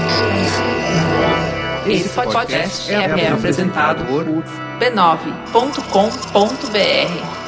Esse podcast é apresentado por b9.com.br.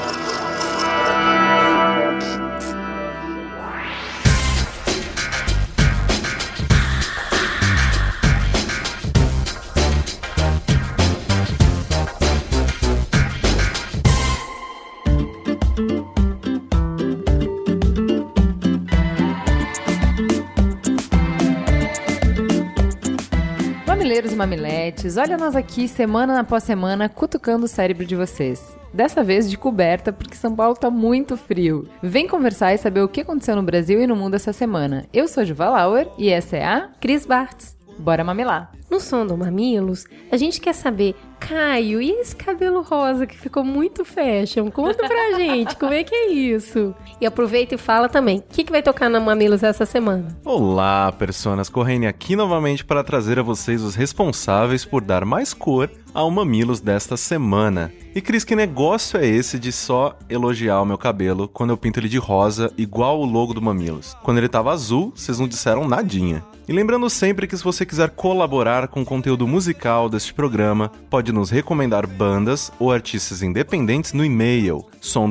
Mamileiros e mamiletes, olha nós aqui semana após semana cutucando o cérebro de vocês. Dessa vez de coberta, porque São Paulo tá muito frio. Vem conversar e saber o que aconteceu no Brasil e no mundo essa semana. Eu sou Juva Lauer e essa é a Cris Bartz. Bora mamilar. No Som do Mamilos, a gente quer saber, Caio, e esse cabelo rosa que ficou muito fashion? Conta pra gente, como é que é isso? E aproveita e fala também, o que vai tocar na Mamilos essa semana? Olá, personas, Corrêne aqui novamente para trazer a vocês os responsáveis por dar mais cor ao Mamilos desta semana. E Cris, que negócio é esse de só elogiar o meu cabelo quando eu pinto ele de rosa, igual o logo do Mamilos? Quando ele tava azul, vocês não disseram nadinha. E lembrando sempre que se você quiser colaborar com o conteúdo musical deste programa, pode nos recomendar bandas ou artistas independentes no e-mail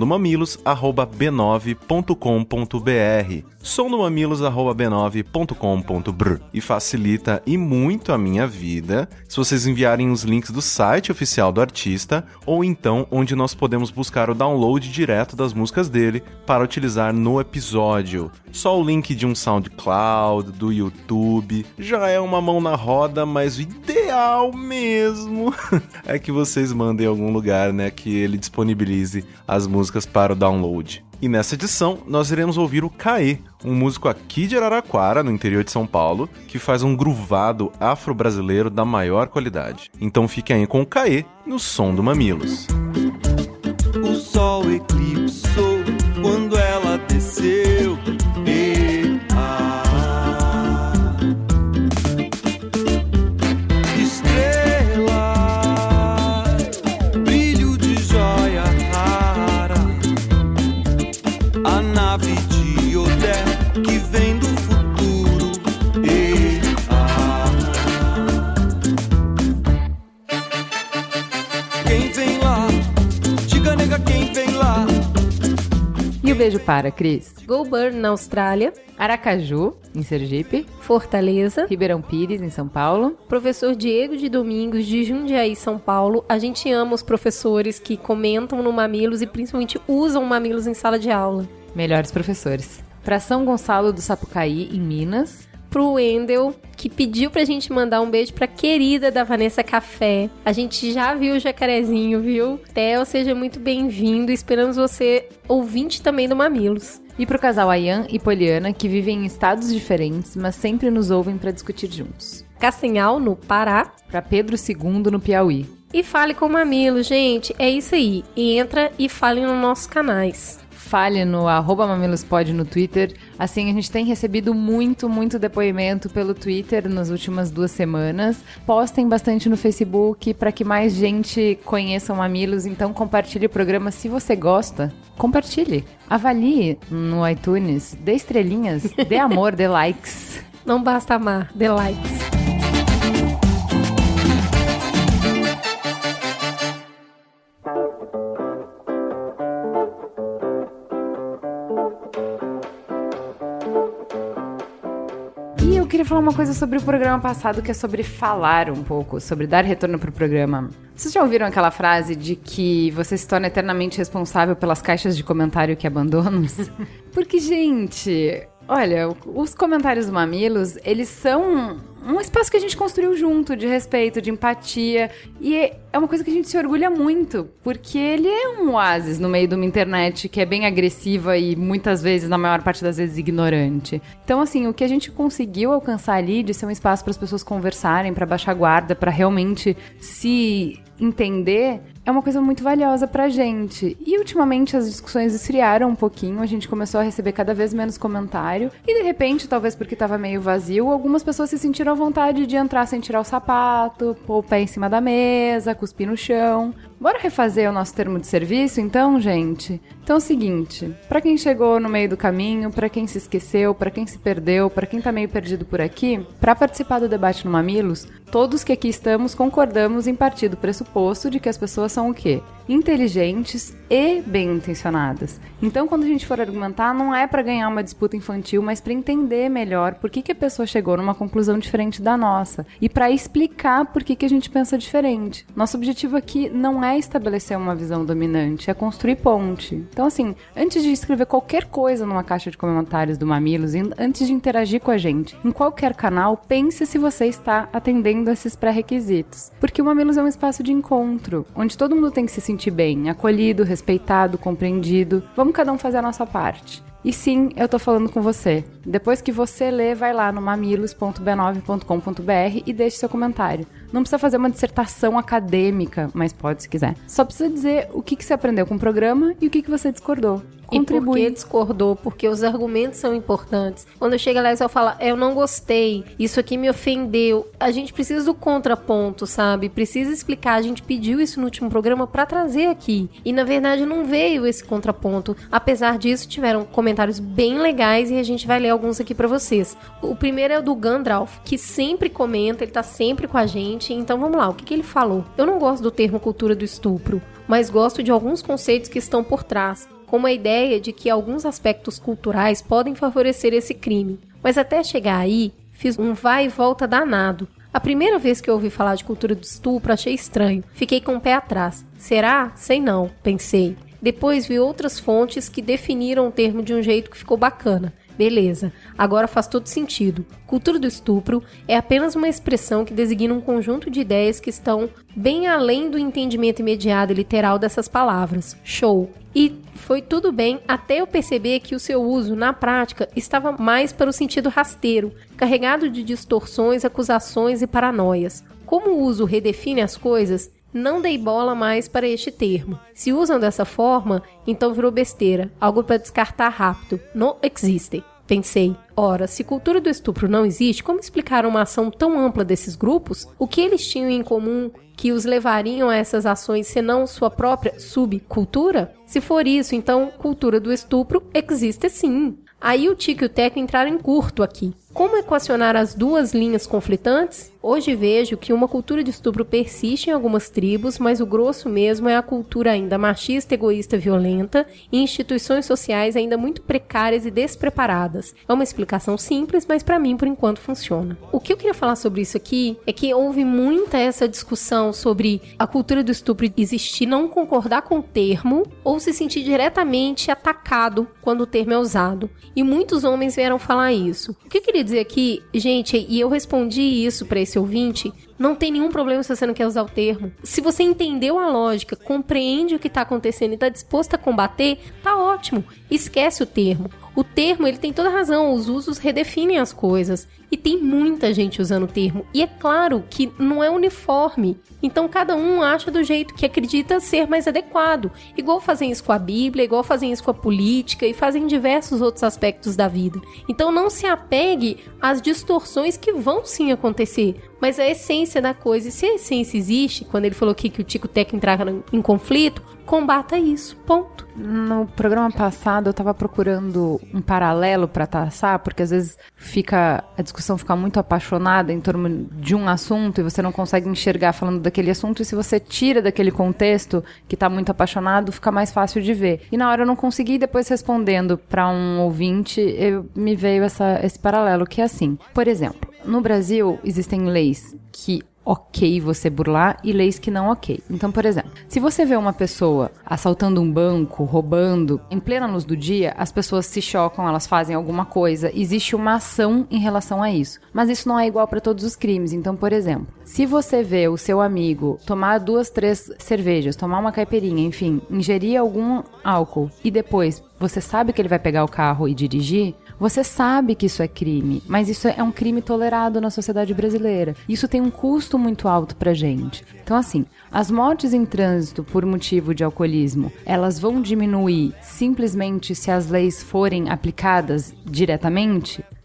somdomamilos@b9.com.br somdomamilos@b9.com.br e facilita e muito a minha vida se vocês enviarem os links do site oficial do artista ou então onde nós podemos buscar o download direto das músicas dele para utilizar no episódio. Só o link de um SoundCloud, do YouTube, já é uma mão na roda, mas o ideal mesmo é que vocês mandem em algum lugar, né, que ele disponibilize as músicas para o download. E nessa edição, nós iremos ouvir o Caê, um músico aqui de Araraquara, no interior de São Paulo, que faz um groovado afro-brasileiro da maior qualidade. Então fiquem aí com o Caê, no Som do Mamilos. O sol eclipsou quando ela desceu. E o beijo para, Cris? Goulburn, na Austrália. Aracaju, em Sergipe. Fortaleza. Ribeirão Pires, em São Paulo. Professor Diego de Domingos, de Jundiaí, São Paulo. A gente ama os professores que comentam no Mamilos e principalmente usam Mamilos em sala de aula. Melhores professores. Para São Gonçalo do Sapucaí, em Minas. Pro Wendel, que pediu pra gente mandar um beijo pra querida da Vanessa Café. A gente já viu o jacarezinho, viu? Theo, seja muito bem-vindo. Esperamos você ouvinte também do Mamilos. E pro casal Ayan e Poliana, que vivem em estados diferentes, mas sempre nos ouvem pra discutir juntos. Castanhal, no Pará. Pra Pedro II, no Piauí. E fale com o Mamilos, gente. É isso aí. Entra e fale nos nossos canais. Fale no @mamilospod no Twitter. Assim, a gente tem recebido muito depoimento pelo Twitter nas últimas 2 semanas. Postem bastante no Facebook para que mais gente conheça o Mamilos. Então, compartilhe o programa se você gosta. Compartilhe. Avalie no iTunes. Dê estrelinhas. Dê amor, dê likes. Não basta amar, dê likes. Eu queria falar uma coisa sobre o programa passado, que é sobre falar um pouco, sobre dar retorno pro programa. Vocês já ouviram aquela frase de que você se torna eternamente responsável pelas caixas de comentário que abandonas? Porque, gente, olha, os comentários do Mamilos, eles são um espaço que a gente construiu junto, de respeito, de empatia, e é uma coisa que a gente se orgulha muito, porque ele é um oásis no meio de uma internet que é bem agressiva e muitas vezes, na maior parte das vezes, ignorante. Então, assim, o que a gente conseguiu alcançar ali de ser um espaço para as pessoas conversarem, para baixar guarda, para realmente se entender, é uma coisa muito valiosa pra gente. E ultimamente as discussões esfriaram um pouquinho, a gente começou a receber cada vez menos comentário, e de repente, talvez porque tava meio vazio, algumas pessoas se sentiram à vontade de entrar sem tirar o sapato, pôr o pé em cima da mesa, cuspir no chão. Bora refazer o nosso termo de serviço, então, gente? Então é o seguinte, pra quem chegou no meio do caminho, pra quem se esqueceu, pra quem se perdeu, pra quem tá meio perdido por aqui, pra participar do debate no Mamilos, todos que aqui estamos concordamos em partir do pressuposto de que as pessoas são o quê? Inteligentes e bem-intencionadas. Então, quando a gente for argumentar, não é pra ganhar uma disputa infantil, mas pra entender melhor por que a pessoa chegou numa conclusão diferente da nossa e pra explicar por que a gente pensa diferente. Nosso objetivo aqui não é estabelecer uma visão dominante, é construir ponte. Então, assim, antes de escrever qualquer coisa numa caixa de comentários do Mamilos, antes de interagir com a gente, em qualquer canal, pense se você está atendendo esses pré-requisitos. Porque o Mamilos é um espaço de encontro, onde todo mundo tem que se sentir bem, acolhido, respeitado, compreendido. Vamos cada um fazer a nossa parte. E sim, eu tô falando com você. Depois que você lê, vai lá no mamilos.b9.com.br e deixe seu comentário. Não precisa fazer uma dissertação acadêmica, mas pode se quiser. Só precisa dizer o que você aprendeu com o programa e o que você discordou. Contribui. E por que discordou? Porque os argumentos são importantes. Quando eu chego lá e só falo, eu não gostei, isso aqui me ofendeu. A gente precisa do contraponto, sabe? Precisa explicar. A gente pediu isso no último programa pra trazer aqui. E na verdade não veio esse contraponto. Apesar disso, tiveram comentários bem legais e a gente vai ler alguns aqui pra vocês. O primeiro é o do Gandalf, que sempre comenta, ele tá sempre com a gente. Então vamos lá, o que ele falou? Eu não gosto do termo cultura do estupro, mas gosto de alguns conceitos que estão por trás, como a ideia de que alguns aspectos culturais podem favorecer esse crime. Mas até chegar aí, fiz um vai e volta danado. A primeira vez que eu ouvi falar de cultura do estupro, achei estranho. Fiquei com o pé atrás. Será? Sei não, pensei. Depois vi outras fontes que definiram o termo de um jeito que ficou bacana. Beleza, agora faz todo sentido. Cultura do estupro é apenas uma expressão que designa um conjunto de ideias que estão bem além do entendimento imediato e literal dessas palavras. Show! E foi tudo bem até eu perceber que o seu uso, na prática, estava mais para o sentido rasteiro, carregado de distorções, acusações e paranoias. Como o uso redefine as coisas, não dei bola mais para este termo. Se usam dessa forma, então virou besteira, algo para descartar rápido. Não existe. Pensei, ora, se cultura do estupro não existe, como explicar uma ação tão ampla desses grupos? O que eles tinham em comum que os levariam a essas ações senão sua própria subcultura? Se for isso, então cultura do estupro existe sim. Aí o Tico e o Teco entraram em curto aqui. Como equacionar as duas linhas conflitantes? Hoje vejo que uma cultura de estupro persiste em algumas tribos, mas o grosso mesmo é a cultura ainda machista, egoísta, violenta e instituições sociais ainda muito precárias e despreparadas. É uma explicação simples, mas para mim, por enquanto, funciona. O que eu queria falar sobre isso aqui é que houve muita essa discussão sobre a cultura do estupro existir, não concordar com o termo ou se sentir diretamente atacado quando o termo é usado. E muitos homens vieram falar isso. O que eu queria dizer aqui, gente, e eu respondi isso para esse ouvinte, não tem nenhum problema se você não quer usar o termo. Se você entendeu a lógica, compreende o que está acontecendo e está disposto a combater, tá ótimo. Esquece o termo. O termo, ele tem toda a razão, os usos redefinem as coisas. E tem muita gente usando o termo. E é claro que não é uniforme. Então cada um acha do jeito que acredita ser mais adequado. Igual fazem isso com a Bíblia, igual fazem isso com a política e fazem diversos outros aspectos da vida. Então não se apegue às distorções que vão sim acontecer. Mas a essência da coisa, e se a essência existe, quando ele falou aqui que o Tico Teco entrava em conflito, combata isso, ponto. No programa passado eu tava procurando um paralelo pra traçar, porque às vezes a discussão fica muito apaixonada em torno de um assunto e você não consegue enxergar falando daquele assunto, e se você tira daquele contexto que tá muito apaixonado, fica mais fácil de ver. E na hora eu não consegui, depois respondendo pra um ouvinte, me veio esse paralelo, que é assim. Por exemplo, no Brasil existem leis que ok você burlar e leis que não ok. Então, por exemplo, se você vê uma pessoa assaltando um banco, roubando, em plena luz do dia, as pessoas se chocam, elas fazem alguma coisa, existe uma ação em relação a isso. Mas isso não é igual para todos os crimes. Então, por exemplo, se você vê o seu amigo tomar 2, 3 cervejas, tomar uma caipirinha, enfim, ingerir algum álcool e depois você sabe que ele vai pegar o carro e dirigir, você sabe que isso é crime, mas isso é um crime tolerado na sociedade brasileira. Isso tem um custo muito alto pra gente. Então, assim, as mortes em trânsito por motivo de alcoolismo, elas vão diminuir simplesmente se as leis forem aplicadas diretamente?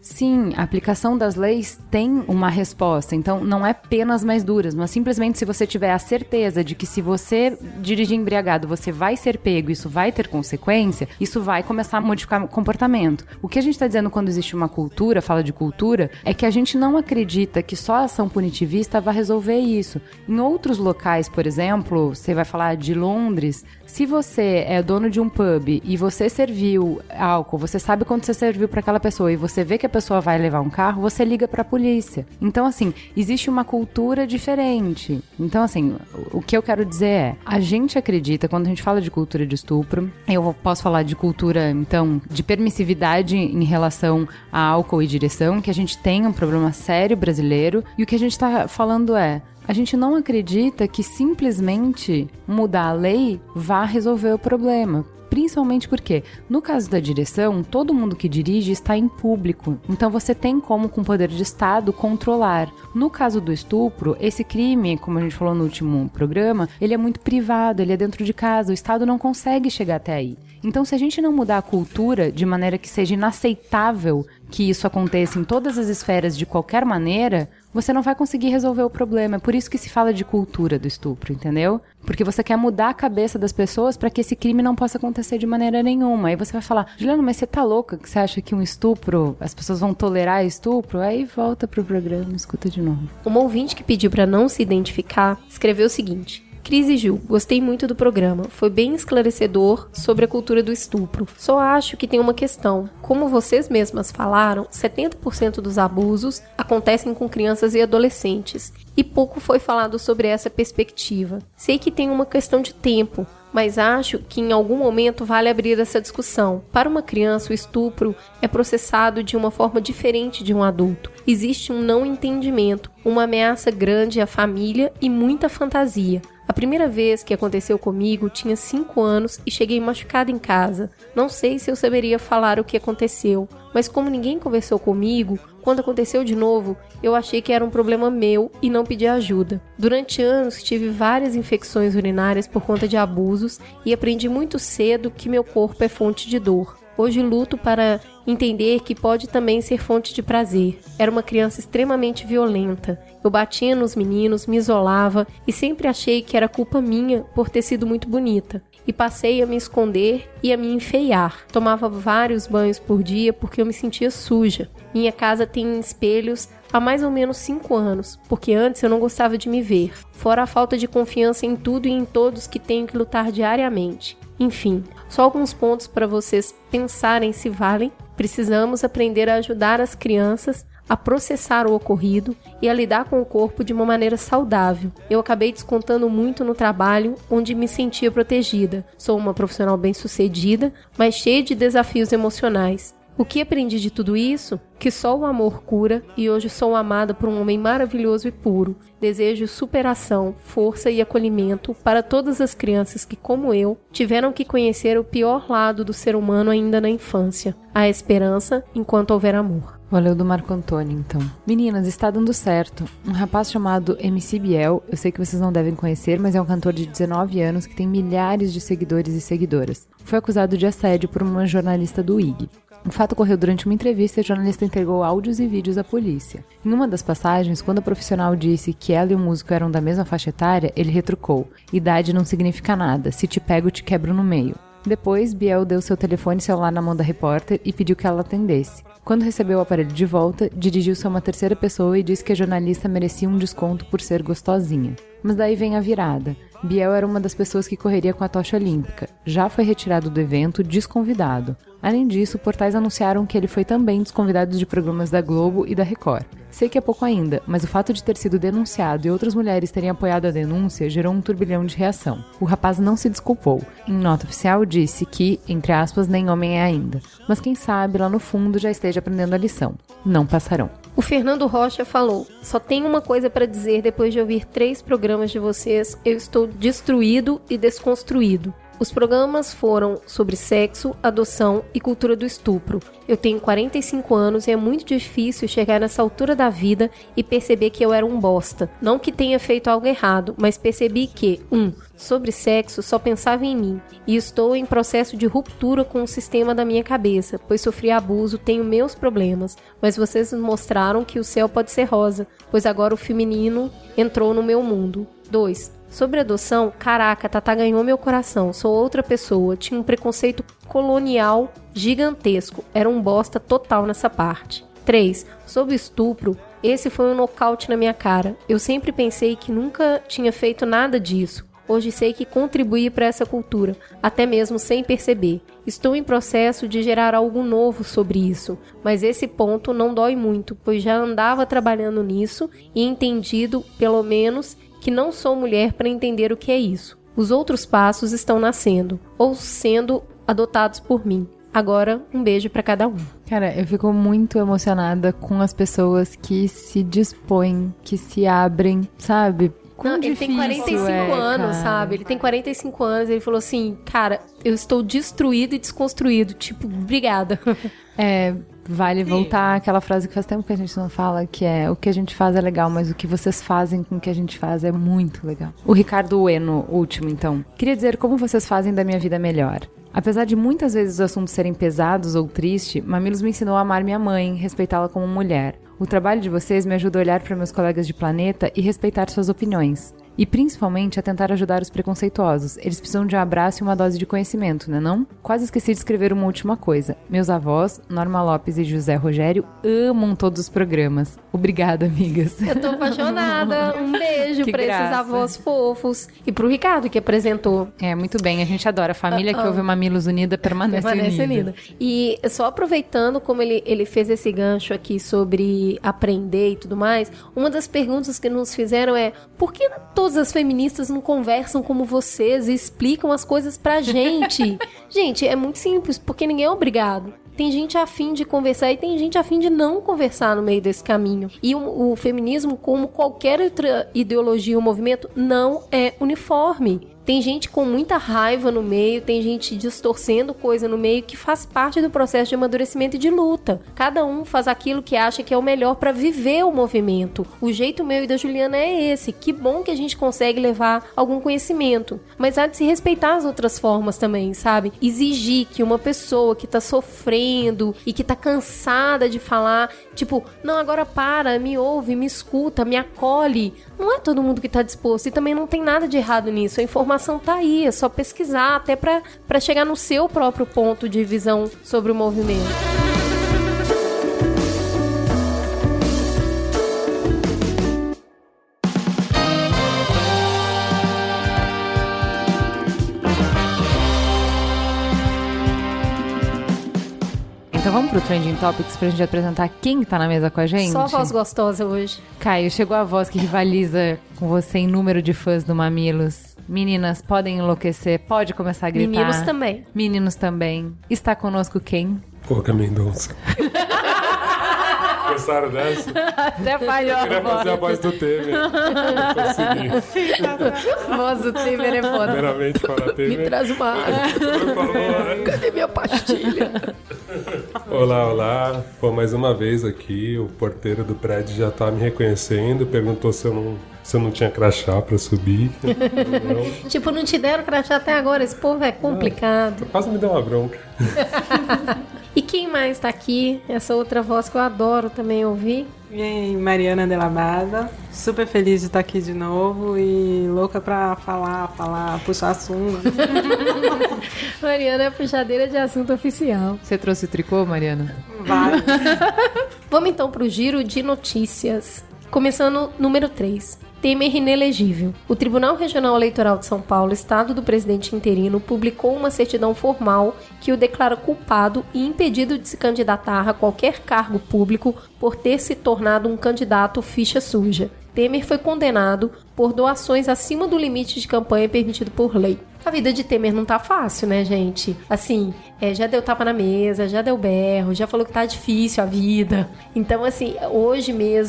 Sim, a aplicação das leis tem uma resposta, então não é penas mais duras, mas simplesmente se você tiver a certeza de que se você dirigir embriagado, você vai ser pego, isso vai ter consequência, isso vai começar a modificar o comportamento. O que a gente está dizendo quando existe uma cultura, fala de cultura, é que a gente não acredita que só a ação punitivista vai resolver isso. Em outros locais, por exemplo, você vai falar de Londres, se você é dono de um pub e você serviu álcool, você sabe quanto você serviu para aquela pessoa e você vê que a pessoa vai levar um carro, você liga para a polícia. Então, assim, existe uma cultura diferente. Então, assim, o que eu quero dizer é, a gente acredita, quando a gente fala de cultura de estupro, eu posso falar de cultura, então, de permissividade em relação a álcool e direção, que a gente tem um problema sério brasileiro, e o que a gente está falando é, a gente não acredita que simplesmente mudar a lei vá resolver o problema. Principalmente porque, no caso da direção, todo mundo que dirige está em público. Então você tem como, com o poder de Estado, controlar. No caso do estupro, esse crime, como a gente falou no último programa, ele é muito privado, ele é dentro de casa, o Estado não consegue chegar até aí. Então, se a gente não mudar a cultura de maneira que seja inaceitável que isso aconteça em todas as esferas de qualquer maneira, você não vai conseguir resolver o problema. É por isso que se fala de cultura do estupro, entendeu? Porque você quer mudar a cabeça das pessoas para que esse crime não possa acontecer de maneira nenhuma. Aí você vai falar, Juliana, mas você tá louca que você acha que um estupro, as pessoas vão tolerar estupro? Aí volta pro programa, escuta de novo. Uma ouvinte que pediu para não se identificar escreveu o seguinte: Cris e Ju, gostei muito do programa. Foi bem esclarecedor sobre a cultura do estupro. Só acho que tem uma questão. Como vocês mesmas falaram, 70% dos abusos acontecem com crianças e adolescentes. E pouco foi falado sobre essa perspectiva. Sei que tem uma questão de tempo, mas acho que em algum momento vale abrir essa discussão. Para uma criança, o estupro é processado de uma forma diferente de um adulto. Existe um não entendimento, uma ameaça grande à família e muita fantasia. A primeira vez que aconteceu comigo, tinha 5 anos e cheguei machucada em casa. Não sei se eu saberia falar o que aconteceu, mas como ninguém conversou comigo, quando aconteceu de novo, eu achei que era um problema meu e não pedi ajuda. Durante anos, tive várias infecções urinárias por conta de abusos e aprendi muito cedo que meu corpo é fonte de dor. Hoje luto para entender que pode também ser fonte de prazer. Era uma criança extremamente violenta. Eu batia nos meninos, me isolava e sempre achei que era culpa minha por ter sido muito bonita. E passei a me esconder e a me enfeiar. Tomava vários banhos por dia porque eu me sentia suja. Minha casa tem espelhos há mais ou menos 5 anos, porque antes eu não gostava de me ver. Fora a falta de confiança em tudo e em todos que tenho que lutar diariamente. Enfim, só alguns pontos para vocês pensarem se valem. Precisamos aprender a ajudar as crianças a processar o ocorrido e a lidar com o corpo de uma maneira saudável. Eu acabei descontando muito no trabalho, onde me sentia protegida. Sou uma profissional bem-sucedida, mas cheia de desafios emocionais. O que aprendi de tudo isso? Que só o amor cura e hoje sou amada por um homem maravilhoso e puro. Desejo superação, força e acolhimento para todas as crianças que, como eu, tiveram que conhecer o pior lado do ser humano ainda na infância. A esperança enquanto houver amor. Valeu do Marco Antônio, então. Meninas, está dando certo. Um rapaz chamado MC Biel, eu sei que vocês não devem conhecer, mas é um cantor de 19 anos que tem milhares de seguidores e seguidoras. Foi acusado de assédio por uma jornalista do IG. O fato ocorreu durante uma entrevista e a jornalista entregou áudios e vídeos à polícia. Em uma das passagens, quando a profissional disse que ela e o músico eram da mesma faixa etária, ele retrucou: idade não significa nada, se te pego, te quebro no meio. Depois, Biel deu seu telefone celular na mão da repórter e pediu que ela atendesse. Quando recebeu o aparelho de volta, dirigiu-se a uma terceira pessoa e disse que a jornalista merecia um desconto por ser gostosinha. Mas daí vem a virada. Biel era uma das pessoas que correria com a tocha olímpica. Já foi retirado do evento, desconvidado. Além disso, portais anunciaram que ele foi também desconvidado de programas da Globo e da Record. Sei que é pouco ainda, mas o fato de ter sido denunciado e outras mulheres terem apoiado a denúncia gerou um turbilhão de reação. O rapaz não se desculpou. Em nota oficial disse que, entre aspas, nem homem é ainda. Mas quem sabe lá no fundo já esteja aprendendo a lição. Não passarão. O Fernando Rocha falou: só tenho uma coisa para dizer depois de ouvir 3 programas de vocês, eu estou destruído e desconstruído. Os programas foram sobre sexo, adoção e cultura do estupro. Eu tenho 45 anos e é muito difícil chegar nessa altura da vida e perceber que eu era um bosta. Não que tenha feito algo errado, mas percebi que, sobre sexo só pensava em mim. E estou em processo de ruptura com o sistema da minha cabeça, pois sofri abuso, tenho meus problemas. Mas vocês mostraram que o céu pode ser rosa, pois agora o feminino entrou no meu mundo. 2. Sobre adoção, caraca, Tatá ganhou meu coração, sou outra pessoa, tinha um preconceito colonial gigantesco, era um bosta total nessa parte. 3. Sobre estupro, esse foi um nocaute na minha cara, eu sempre pensei que nunca tinha feito nada disso. Hoje sei que contribuí para essa cultura, até mesmo sem perceber. Estou em processo de gerar algo novo sobre isso, mas esse ponto não dói muito, pois já andava trabalhando nisso e entendido, pelo menos, que não sou mulher para entender o que é isso. Os outros passos estão nascendo, ou sendo adotados por mim. Agora, um beijo para cada um. Cara, eu fico muito emocionada com as pessoas que se dispõem, que se abrem, sabe? Não, ele tem 45 anos, cara. Sabe? Ele tem 45 anos, ele falou assim, cara, eu estou destruído e desconstruído. Tipo, obrigada. Vale voltar àquela frase que faz tempo que a gente não fala, que é o que a gente faz é legal, mas o que vocês fazem com o que a gente faz é muito legal. O Ricardo Ueno, último, então. Queria dizer como vocês fazem da minha vida melhor. Apesar de muitas vezes os assuntos serem pesados ou tristes, Mamilos me ensinou a amar minha mãe, respeitá-la como mulher. O trabalho de vocês me ajuda a olhar para meus colegas de planeta e respeitar suas opiniões. E principalmente a tentar ajudar os preconceituosos. Eles precisam de um abraço e uma dose de conhecimento, né não? Quase esqueci de escrever uma última coisa. Meus avós, Norma Lopes e José Rogério, amam todos os programas. Obrigada, amigas. Eu tô apaixonada. Um beijo pra esses avós fofos. E pro Ricardo, que apresentou. Muito bem. A gente adora. A família que ouve Mamilos Unida permanece unida. E só aproveitando como ele fez esse gancho aqui sobre aprender e tudo mais, uma das perguntas que nos fizeram é: por que todas as feministas não conversam como vocês e explicam as coisas pra gente? Gente, é muito simples, porque ninguém é obrigado. Tem gente afim de conversar e tem gente afim de não conversar no meio desse caminho. E o feminismo, como qualquer outra ideologia ou movimento, não é uniforme. Tem gente com muita raiva no meio, tem gente distorcendo coisa no meio, que faz parte do processo de amadurecimento e de luta. Cada um faz aquilo que acha que é o melhor para viver o movimento. O jeito meu e da Juliana é esse. Que bom que a gente consegue levar algum conhecimento. Mas há de se respeitar as outras formas também, sabe? Exigir que uma pessoa que tá sofrendo e que tá cansada de falar, tipo, não, agora para, me ouve, me escuta, me acolhe. Não é todo mundo que tá disposto, e também não tem nada de errado nisso. A informação tá aí, é só pesquisar até pra chegar no seu próprio ponto de visão sobre o movimento. Então vamos pro Trending Topics pra gente apresentar quem tá na mesa com a gente? Só a voz gostosa hoje. Caio, chegou a voz que rivaliza com você em número de fãs do Mamilos. Meninas, podem enlouquecer, pode começar a gritar. Meninos também. Meninos também. Está conosco quem? Olga Mendonça. Gostaram dessa? Até falhou. Eu queria fazer a voz do Temer. A voz do Temer é foda. Primeiramente para Temer. Me traz uma água. Cadê minha pastilha? Olá, olá. Pô, mais uma vez aqui, o porteiro do prédio já tá me reconhecendo, perguntou se eu não tinha crachá pra subir. Não. Tipo, não te deram crachá até agora, esse povo é complicado. Quase me deu uma bronca. E quem mais tá aqui? Essa outra voz que eu adoro também ouvir. E aí, Mariana de Labada, super feliz de estar aqui de novo e louca pra falar, puxar assunto. Mariana é puxadeira de assunto oficial. Você trouxe o tricô, Mariana? Vai. Vamos então pro giro de notícias. Começando número 3. Temer inelegível. O Tribunal Regional Eleitoral de São Paulo, estado do presidente interino, publicou uma certidão formal que o declara culpado e impedido de se candidatar a qualquer cargo público por ter se tornado um candidato ficha suja. Temer foi condenado por doações acima do limite de campanha permitido por lei. A vida de Temer não tá fácil, né, gente? Assim, já deu tapa na mesa, já deu berro, já falou que tá difícil a vida. Então, assim, hoje mesmo,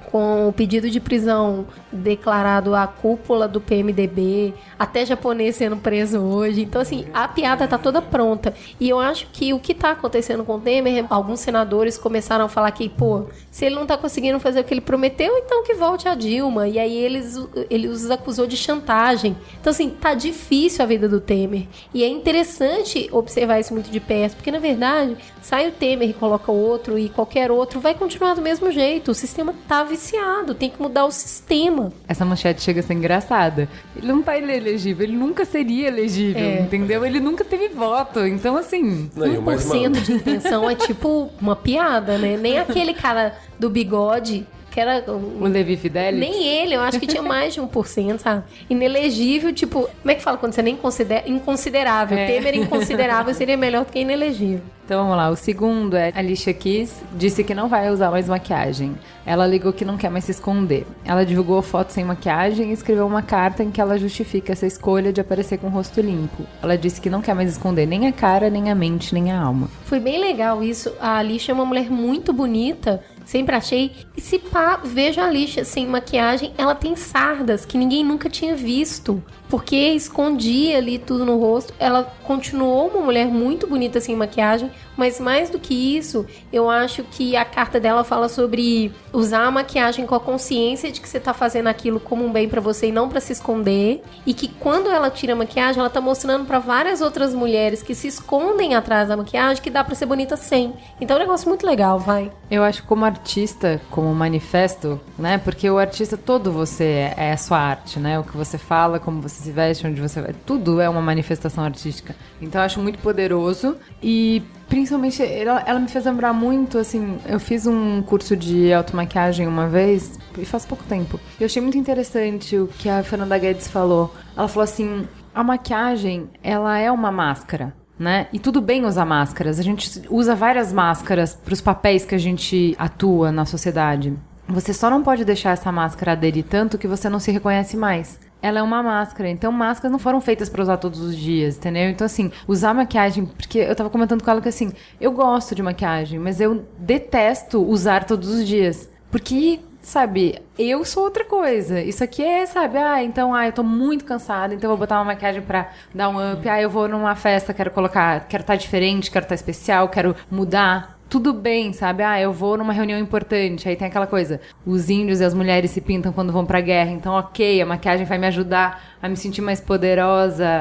com o pedido de prisão declarado à cúpula do PMDB, até japonês sendo preso hoje. Então, assim, a piada tá toda pronta. E eu acho que o que tá acontecendo com o Temer, alguns senadores começaram a falar que, pô, se ele não tá conseguindo fazer o que ele prometeu, então que volte a Dilma. E aí ele os acusou de chantagem. Então, assim, tá difícil a vida do Temer. E é interessante observar isso muito de perto, porque, na verdade, sai o Temer e coloca o outro, e qualquer outro vai continuar do mesmo jeito. O sistema tá viciado, tem que mudar o sistema. Essa manchete chega a ser engraçada. Ele não tá elegível, ele nunca seria elegível, entendeu? Ele nunca teve voto, então assim... 1% de intenção é tipo uma piada, né? Nem aquele cara do bigode... que era o Levi Fidelis? Nem ele, eu acho que tinha mais de 1%, sabe? Inelegível, tipo... Como é que fala quando você nem considera? Inconsiderável. Temer inconsiderável seria melhor do que inelegível. Então vamos lá, o segundo é a Alicia Keys disse que não vai usar mais maquiagem. Ela alegou que não quer mais se esconder. Ela divulgou fotos sem maquiagem e escreveu uma carta em que ela justifica essa escolha de aparecer com o rosto limpo. Ela disse que não quer mais esconder nem a cara, nem a mente, nem a alma. Foi bem legal isso. A Alicia é uma mulher muito bonita, sempre achei. E se pá, vejo a Alicia sem maquiagem, ela tem sardas que ninguém nunca tinha visto. Porque escondia ali tudo no rosto. Ela continuou uma mulher muito bonita sem maquiagem, mas mais do que isso, eu acho que a carta dela fala sobre usar a maquiagem com a consciência de que você tá fazendo aquilo como um bem pra você e não pra se esconder. E que quando ela tira a maquiagem, ela tá mostrando pra várias outras mulheres que se escondem atrás da maquiagem que dá pra ser bonita sem. Então é um negócio muito legal, vai. Eu acho que como artista, como manifesto, né? Porque o artista, todo você é a sua arte, né? O que você fala, como você se veste, onde você vai, tudo é uma manifestação artística. Então eu acho muito poderoso e principalmente ela me fez lembrar muito, assim, eu fiz um curso de automaquiagem uma vez e faz pouco tempo. Eu achei muito interessante o que a Fernanda Guedes falou. Ela falou assim, a maquiagem, ela é uma máscara, né? E tudo bem usar máscaras. A gente usa várias máscaras para os papéis que a gente atua na sociedade. Você só não pode deixar essa máscara aderir tanto que você não se reconhece mais. Ela é uma máscara, então máscaras não foram feitas pra usar todos os dias, entendeu? Então, assim, usar maquiagem... Porque eu tava comentando com ela que, assim, eu gosto de maquiagem, mas eu detesto usar todos os dias. Porque, sabe, eu sou outra coisa. Isso aqui é, sabe, então, eu tô muito cansada, então eu vou botar uma maquiagem pra dar um up. Eu vou numa festa, quero estar diferente, quero estar especial, quero mudar. Tudo bem, sabe? Eu vou numa reunião importante. Aí tem aquela coisa, os índios e as mulheres se pintam quando vão pra guerra. Então, ok, a maquiagem vai me ajudar a me sentir mais poderosa,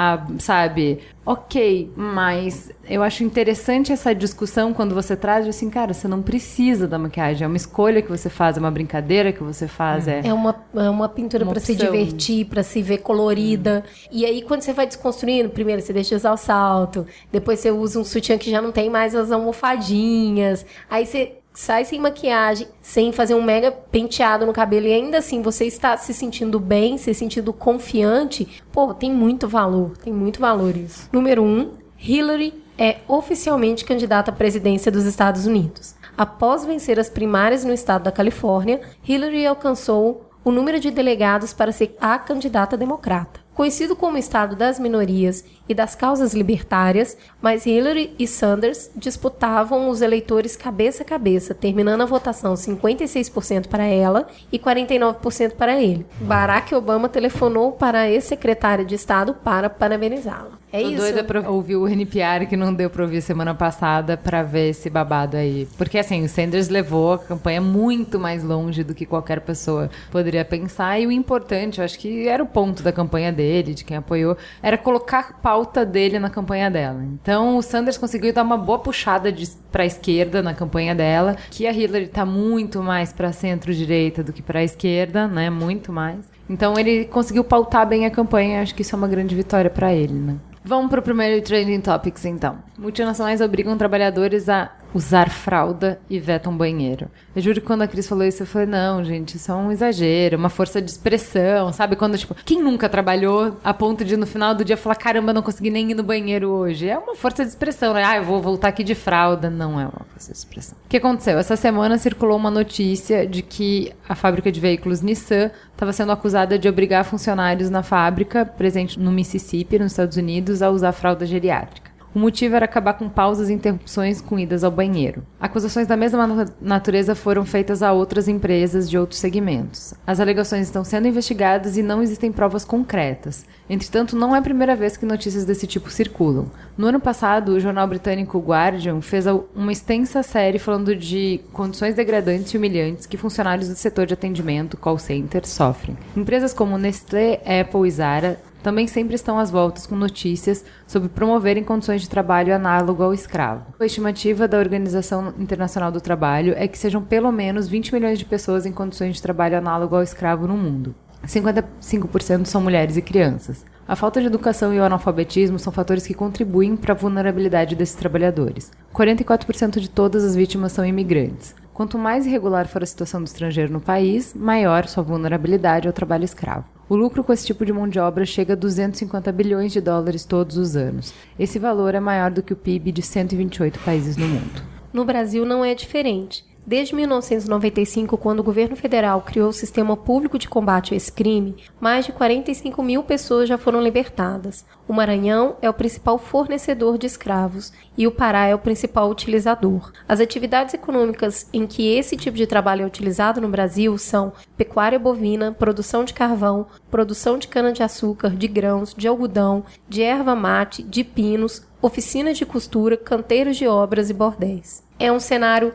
sabe? Ok, mas eu acho interessante essa discussão quando você traz, assim, cara, você não precisa da maquiagem. É uma escolha que você faz, é uma brincadeira que você faz. É uma pintura pra se divertir, pra se ver colorida. E aí, quando você vai desconstruindo, primeiro você deixa de usar o salto, depois você usa um sutiã que já não tem mais as almofadinhas, aí você sai sem maquiagem, sem fazer um mega penteado no cabelo e ainda assim você está se sentindo bem, se sentindo confiante, pô, tem muito valor isso. Número 1, Hillary é oficialmente candidata à presidência dos Estados Unidos. Após vencer as primárias no estado da Califórnia, Hillary alcançou o número de delegados para ser a candidata democrata. Conhecido como Estado das minorias e das causas libertárias, mas Hillary e Sanders disputavam os eleitores cabeça a cabeça, terminando a votação 56% para ela e 49% para ele. Barack Obama telefonou para a ex-secretária de Estado para parabenizá-la. É isso. Tô doida pra ouvir o NPR que não deu pra ouvir semana passada pra ver esse babado aí. Porque, assim, o Sanders levou a campanha muito mais longe do que qualquer pessoa poderia pensar. E o importante, eu acho que era o ponto da campanha dele, de quem apoiou, era colocar a pauta dele na campanha dela. Então, o Sanders conseguiu dar uma boa puxada pra esquerda na campanha dela, que a Hillary tá muito mais pra centro-direita do que pra esquerda, né? Muito mais. Então, ele conseguiu pautar bem a campanha. Acho que isso é uma grande vitória pra ele, né? Vamos para o primeiro Trending Topics, então. Multinacionais obrigam trabalhadores a usar fralda e vetam banheiro. Eu juro que quando a Cris falou isso, eu falei, não, gente, isso é um exagero, uma força de expressão, sabe? Quando, tipo, quem nunca trabalhou a ponto de, no final do dia, falar, caramba, não consegui nem ir no banheiro hoje? É uma força de expressão, né? Eu vou voltar aqui de fralda. Não é uma força de expressão. O que aconteceu? Essa semana circulou uma notícia de que a fábrica de veículos Nissan estava sendo acusada de obrigar funcionários na fábrica, presente no Mississippi, nos Estados Unidos, a usar fralda geriátrica. O motivo era acabar com pausas e interrupções com idas ao banheiro. Acusações da mesma natureza foram feitas a outras empresas de outros segmentos. As alegações estão sendo investigadas e não existem provas concretas. Entretanto, não é a primeira vez que notícias desse tipo circulam. No ano passado, o jornal britânico Guardian fez uma extensa série falando de condições degradantes e humilhantes que funcionários do setor de atendimento, call center, sofrem. Empresas como Nestlé, Apple e Zara também sempre estão às voltas com notícias sobre promoverem condições de trabalho análogo ao escravo. A estimativa da Organização Internacional do Trabalho é que sejam pelo menos 20 milhões de pessoas em condições de trabalho análogo ao escravo no mundo. 55% são mulheres e crianças. A falta de educação e o analfabetismo são fatores que contribuem para a vulnerabilidade desses trabalhadores. 44% de todas as vítimas são imigrantes. Quanto mais irregular for a situação do estrangeiro no país, maior sua vulnerabilidade ao trabalho escravo. O lucro com esse tipo de mão de obra chega a 250 bilhões de dólares todos os anos. Esse valor é maior do que o PIB de 128 países no mundo. No Brasil não é diferente. Desde 1995, quando o governo federal criou o Sistema Público de Combate a esse crime, mais de 45 mil pessoas já foram libertadas. O Maranhão é o principal fornecedor de escravos e o Pará é o principal utilizador. As atividades econômicas em que esse tipo de trabalho é utilizado no Brasil são pecuária bovina, produção de carvão, produção de cana-de-açúcar, de grãos, de algodão, de erva mate, de pinos, oficinas de costura, canteiros de obras e bordéis. É um cenário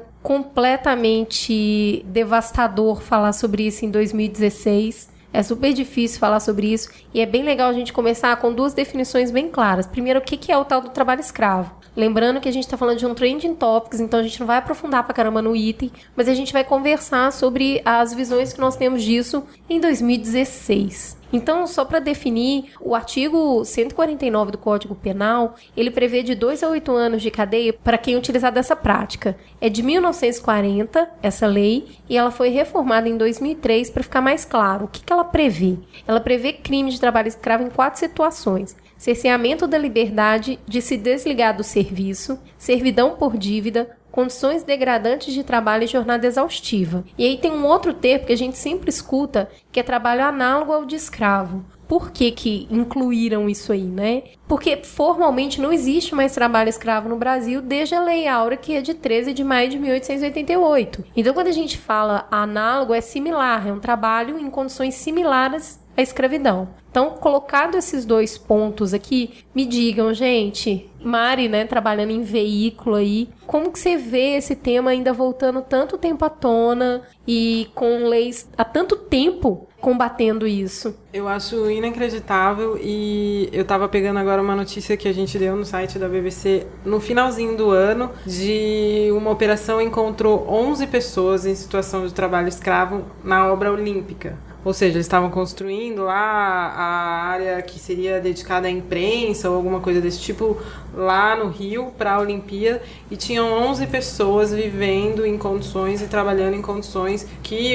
completamente devastador falar sobre isso em 2016. É super difícil falar sobre isso e é bem legal a gente começar com duas definições bem claras. Primeiro, o que é o tal do trabalho escravo? Lembrando que a gente está falando de um trending topics, então a gente não vai aprofundar pra caramba no item, mas a gente vai conversar sobre as visões que nós temos disso em 2016. Então, só para definir, o artigo 149 do Código Penal, ele prevê de 2 a 8 anos de cadeia para quem utilizar dessa prática. É de 1940, essa lei, e ela foi reformada em 2003 para ficar mais claro. O que ela prevê? Ela prevê crime de trabalho escravo em 4 situações. Cerceamento da liberdade de se desligar do serviço, servidão por dívida, condições degradantes de trabalho e jornada exaustiva. E aí tem um outro termo que a gente sempre escuta, que é trabalho análogo ao de escravo. Por que incluíram isso aí, né? Porque formalmente não existe mais trabalho escravo no Brasil desde a Lei Áurea, que é de 13 de maio de 1888. Então, quando a gente fala análogo, é similar, é um trabalho em condições similares à escravidão. Então, colocado esses dois pontos aqui, me digam, gente, Mari, né, trabalhando em veículo aí, como que você vê esse tema ainda voltando tanto tempo à tona e com leis há tanto tempo combatendo isso? Eu acho inacreditável e eu tava pegando agora uma notícia que a gente deu no site da BBC no finalzinho do ano de uma operação que encontrou 11 pessoas em situação de trabalho escravo na obra olímpica. Ou seja, eles estavam construindo lá a área que seria dedicada à imprensa ou alguma coisa desse tipo lá no Rio para a Olimpíada e tinham 11 pessoas vivendo em condições e trabalhando em condições que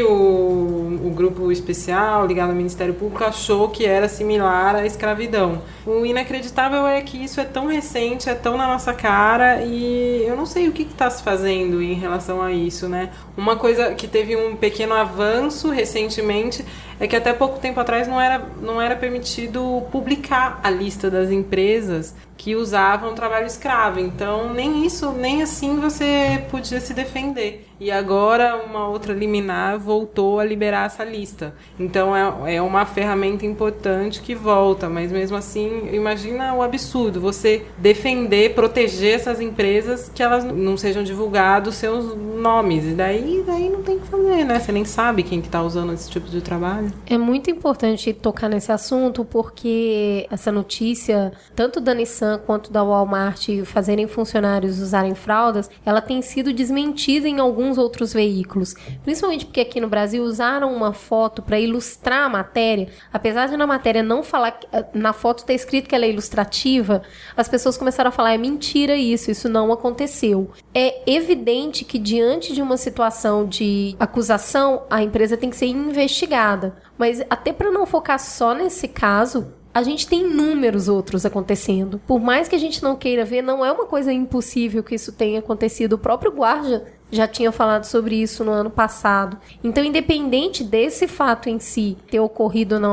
o grupo especial ligado ao Ministério Público achou que era similar à escravidão. O inacreditável é que isso é tão recente, é tão na nossa cara e eu não sei o que está se fazendo em relação a isso, né? Uma coisa que teve um pequeno avanço recentemente é que até pouco tempo atrás não era permitido publicar a lista das empresas que usavam trabalho escravo. Então, nem isso, nem assim você podia se defender. E agora uma outra liminar voltou a liberar essa lista. Então, é uma ferramenta importante que volta. Mas mesmo assim, imagina o absurdo. Você defender, proteger essas empresas que elas não sejam divulgados seus nomes. E daí não tem o que fazer, né? Você nem sabe quem que está usando esse tipo de trabalho. É muito importante tocar nesse assunto porque essa notícia, tanto da Nissan quanto da Walmart fazerem funcionários usarem fraldas, ela tem sido desmentida em alguns outros veículos. Principalmente porque aqui no Brasil usaram uma foto para ilustrar a matéria. Apesar de na matéria não falar, na foto está escrito que ela é ilustrativa, as pessoas começaram a falar, é mentira isso não aconteceu. É evidente que diante de uma situação de acusação, a empresa tem que ser investigada. Mas até para não focar só nesse caso, a gente tem inúmeros outros acontecendo. Por mais que a gente não queira ver, não é uma coisa impossível que isso tenha acontecido. O próprio guarda já tinha falado sobre isso no ano passado. Então, independente desse fato em si ter ocorrido ou não,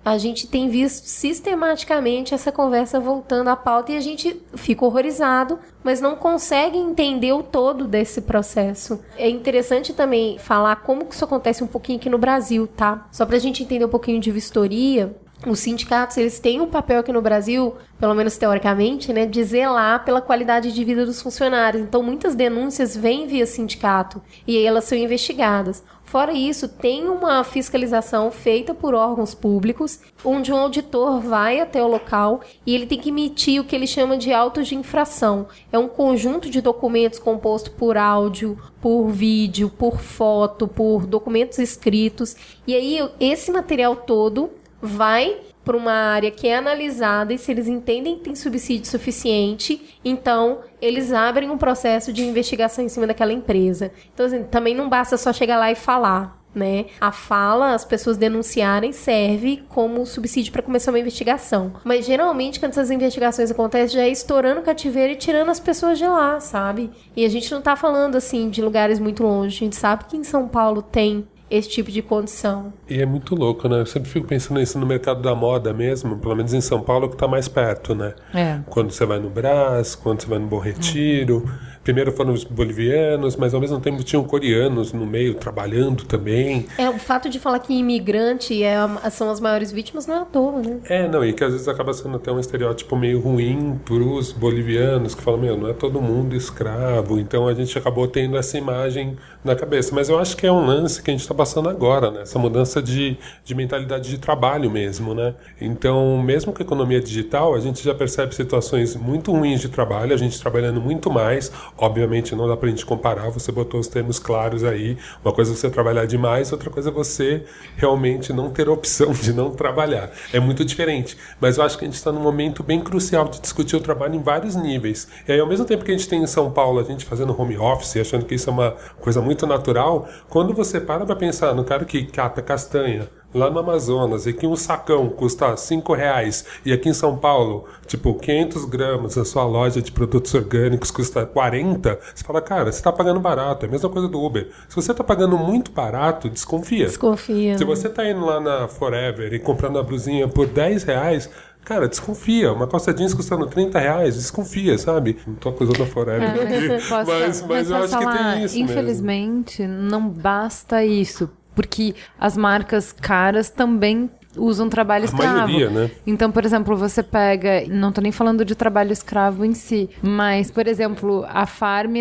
a gente tem visto sistematicamente essa conversa voltando à pauta e a gente fica horrorizado, mas não consegue entender o todo desse processo. É interessante também falar como que isso acontece um pouquinho aqui no Brasil, tá? Só pra gente entender um pouquinho de vistoria. Os sindicatos, eles têm um papel aqui no Brasil, pelo menos teoricamente, né, de zelar pela qualidade de vida dos funcionários. Então, muitas denúncias vêm via sindicato e aí elas são investigadas. Fora isso, tem uma fiscalização feita por órgãos públicos, onde um auditor vai até o local e ele tem que emitir o que ele chama de autos de infração. É um conjunto de documentos composto por áudio, por vídeo, por foto, por documentos escritos. E aí, esse material todo vai para uma área que é analisada e se eles entendem que tem subsídio suficiente, então eles abrem um processo de investigação em cima daquela empresa. Então, assim, também não basta só chegar lá e falar, né? A fala, as pessoas denunciarem, serve como subsídio para começar uma investigação. Mas geralmente, quando essas investigações acontecem, já é estourando o cativeiro e tirando as pessoas de lá, sabe? E a gente não tá falando, assim, de lugares muito longe. A gente sabe que em São Paulo tem esse tipo de condição. E é muito louco, né? Eu sempre fico pensando nisso no mercado da moda mesmo, pelo menos em São Paulo, que tá mais perto, né? Quando você vai no Brás, quando você vai no Bom Retiro. Primeiro foram os bolivianos, mas ao mesmo tempo tinham coreanos no meio, trabalhando também. O fato de falar que imigrante são as maiores vítimas não é à toa, né? E que às vezes acaba sendo até um estereótipo meio ruim pros bolivianos, que falam, não é todo mundo escravo. Então a gente acabou tendo essa imagem na cabeça. Mas eu acho que é um lance que a gente está passando agora, né? Essa mudança de mentalidade de trabalho mesmo, né? Então, mesmo com a economia digital, a gente já percebe situações muito ruins de trabalho, a gente trabalhando muito mais. Obviamente não dá pra gente comparar, você botou os termos claros aí. Uma coisa é você trabalhar demais, outra coisa é você realmente não ter opção de não trabalhar. É muito diferente. Mas eu acho que a gente está num momento bem crucial de discutir o trabalho em vários níveis. E aí, ao mesmo tempo que a gente tem em São Paulo a gente fazendo home office, achando que isso é uma coisa muito natural, quando você para pra pensar no cara que cata castanha lá no Amazonas, e que um sacão custa R$5, e aqui em São Paulo, 500 gramas, a sua loja de produtos orgânicos custa 40, você fala, cara, você tá pagando barato, é a mesma coisa do Uber. Se você tá pagando muito barato, desconfia. Se você tá indo lá na Forever e comprando a blusinha por R$10, cara, desconfia. Uma calça jeans custando R$30, desconfia, sabe? Não tô acusando a Forever aqui, mas eu acho que tem isso infelizmente, mesmo. Não basta isso. Porque as marcas caras também usam trabalho escravo. A maioria, né? Então, por exemplo, você pega... Não tô nem falando de trabalho escravo em si, mas, por exemplo, a Farm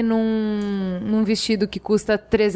num vestido que custa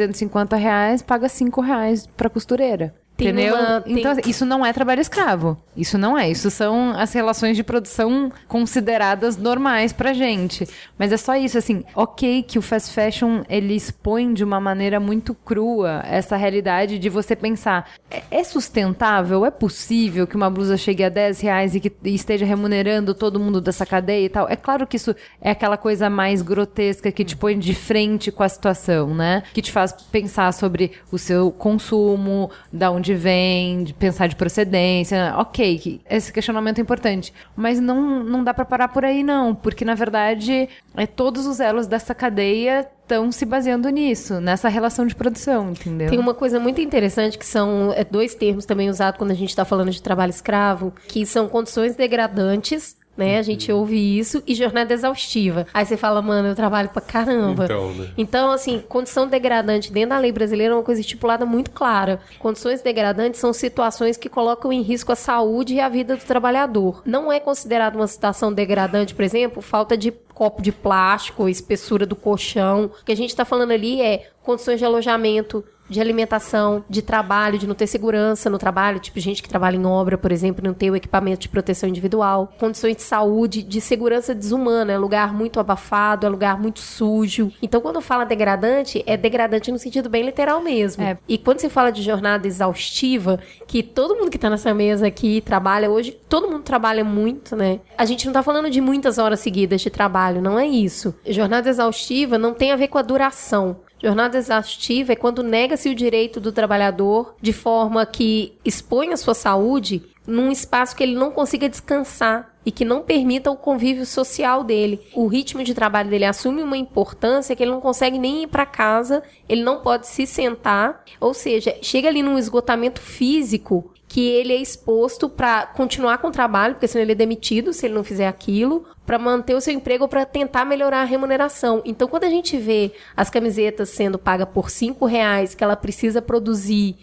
R$350 paga R$5 pra costureira. Entendeu? Então, isso não é trabalho escravo. Isso não é. Isso são as relações de produção consideradas normais pra gente. Mas é só isso, assim, ok que o fast fashion, ele expõe de uma maneira muito crua essa realidade de você pensar, é sustentável? É possível que uma blusa chegue a R$10 e que esteja remunerando todo mundo dessa cadeia e tal? É claro que isso é aquela coisa mais grotesca que te põe de frente com a situação, né? Que te faz pensar sobre o seu consumo, da onde vem, de pensar de procedência. Ok, esse questionamento é importante. Mas não dá pra parar por aí, não. Porque, na verdade, todos os elos dessa cadeia estão se baseando nisso, nessa relação de produção, entendeu? Tem uma coisa muito interessante que são 2 termos também usados quando a gente está falando de trabalho escravo, que são condições degradantes, né? A gente ouve isso, e jornada exaustiva. Aí você fala, mano, eu trabalho pra caramba. Então, assim, condição degradante dentro da lei brasileira é uma coisa estipulada muito clara. Condições degradantes são situações que colocam em risco a saúde e a vida do trabalhador. Não é considerada uma situação degradante, por exemplo, falta de copo de plástico, espessura do colchão. O que a gente está falando ali é condições de alojamento, de alimentação, de trabalho, de não ter segurança no trabalho, tipo gente que trabalha em obra, por exemplo, não ter o equipamento de proteção individual, condições de saúde, de segurança desumana, é lugar muito abafado, é lugar muito sujo. Então, quando fala degradante, é degradante no sentido bem literal mesmo. E quando se fala de jornada exaustiva, que todo mundo que tá nessa mesa aqui trabalha hoje, todo mundo trabalha muito, né? A gente não tá falando de muitas horas seguidas de trabalho, não é isso. Jornada exaustiva não tem a ver com a duração. Jornada exaustiva é quando nega-se o direito do trabalhador de forma que expõe a sua saúde num espaço que ele não consiga descansar e que não permita o convívio social dele. O ritmo de trabalho dele assume uma importância que ele não consegue nem ir para casa, ele não pode se sentar, ou seja, chega ali num esgotamento físico que ele é exposto para continuar com o trabalho, porque senão ele é demitido se ele não fizer aquilo, para manter o seu emprego ou para tentar melhorar a remuneração. Então, quando a gente vê as camisetas sendo pagas por R$5, que ela precisa produzir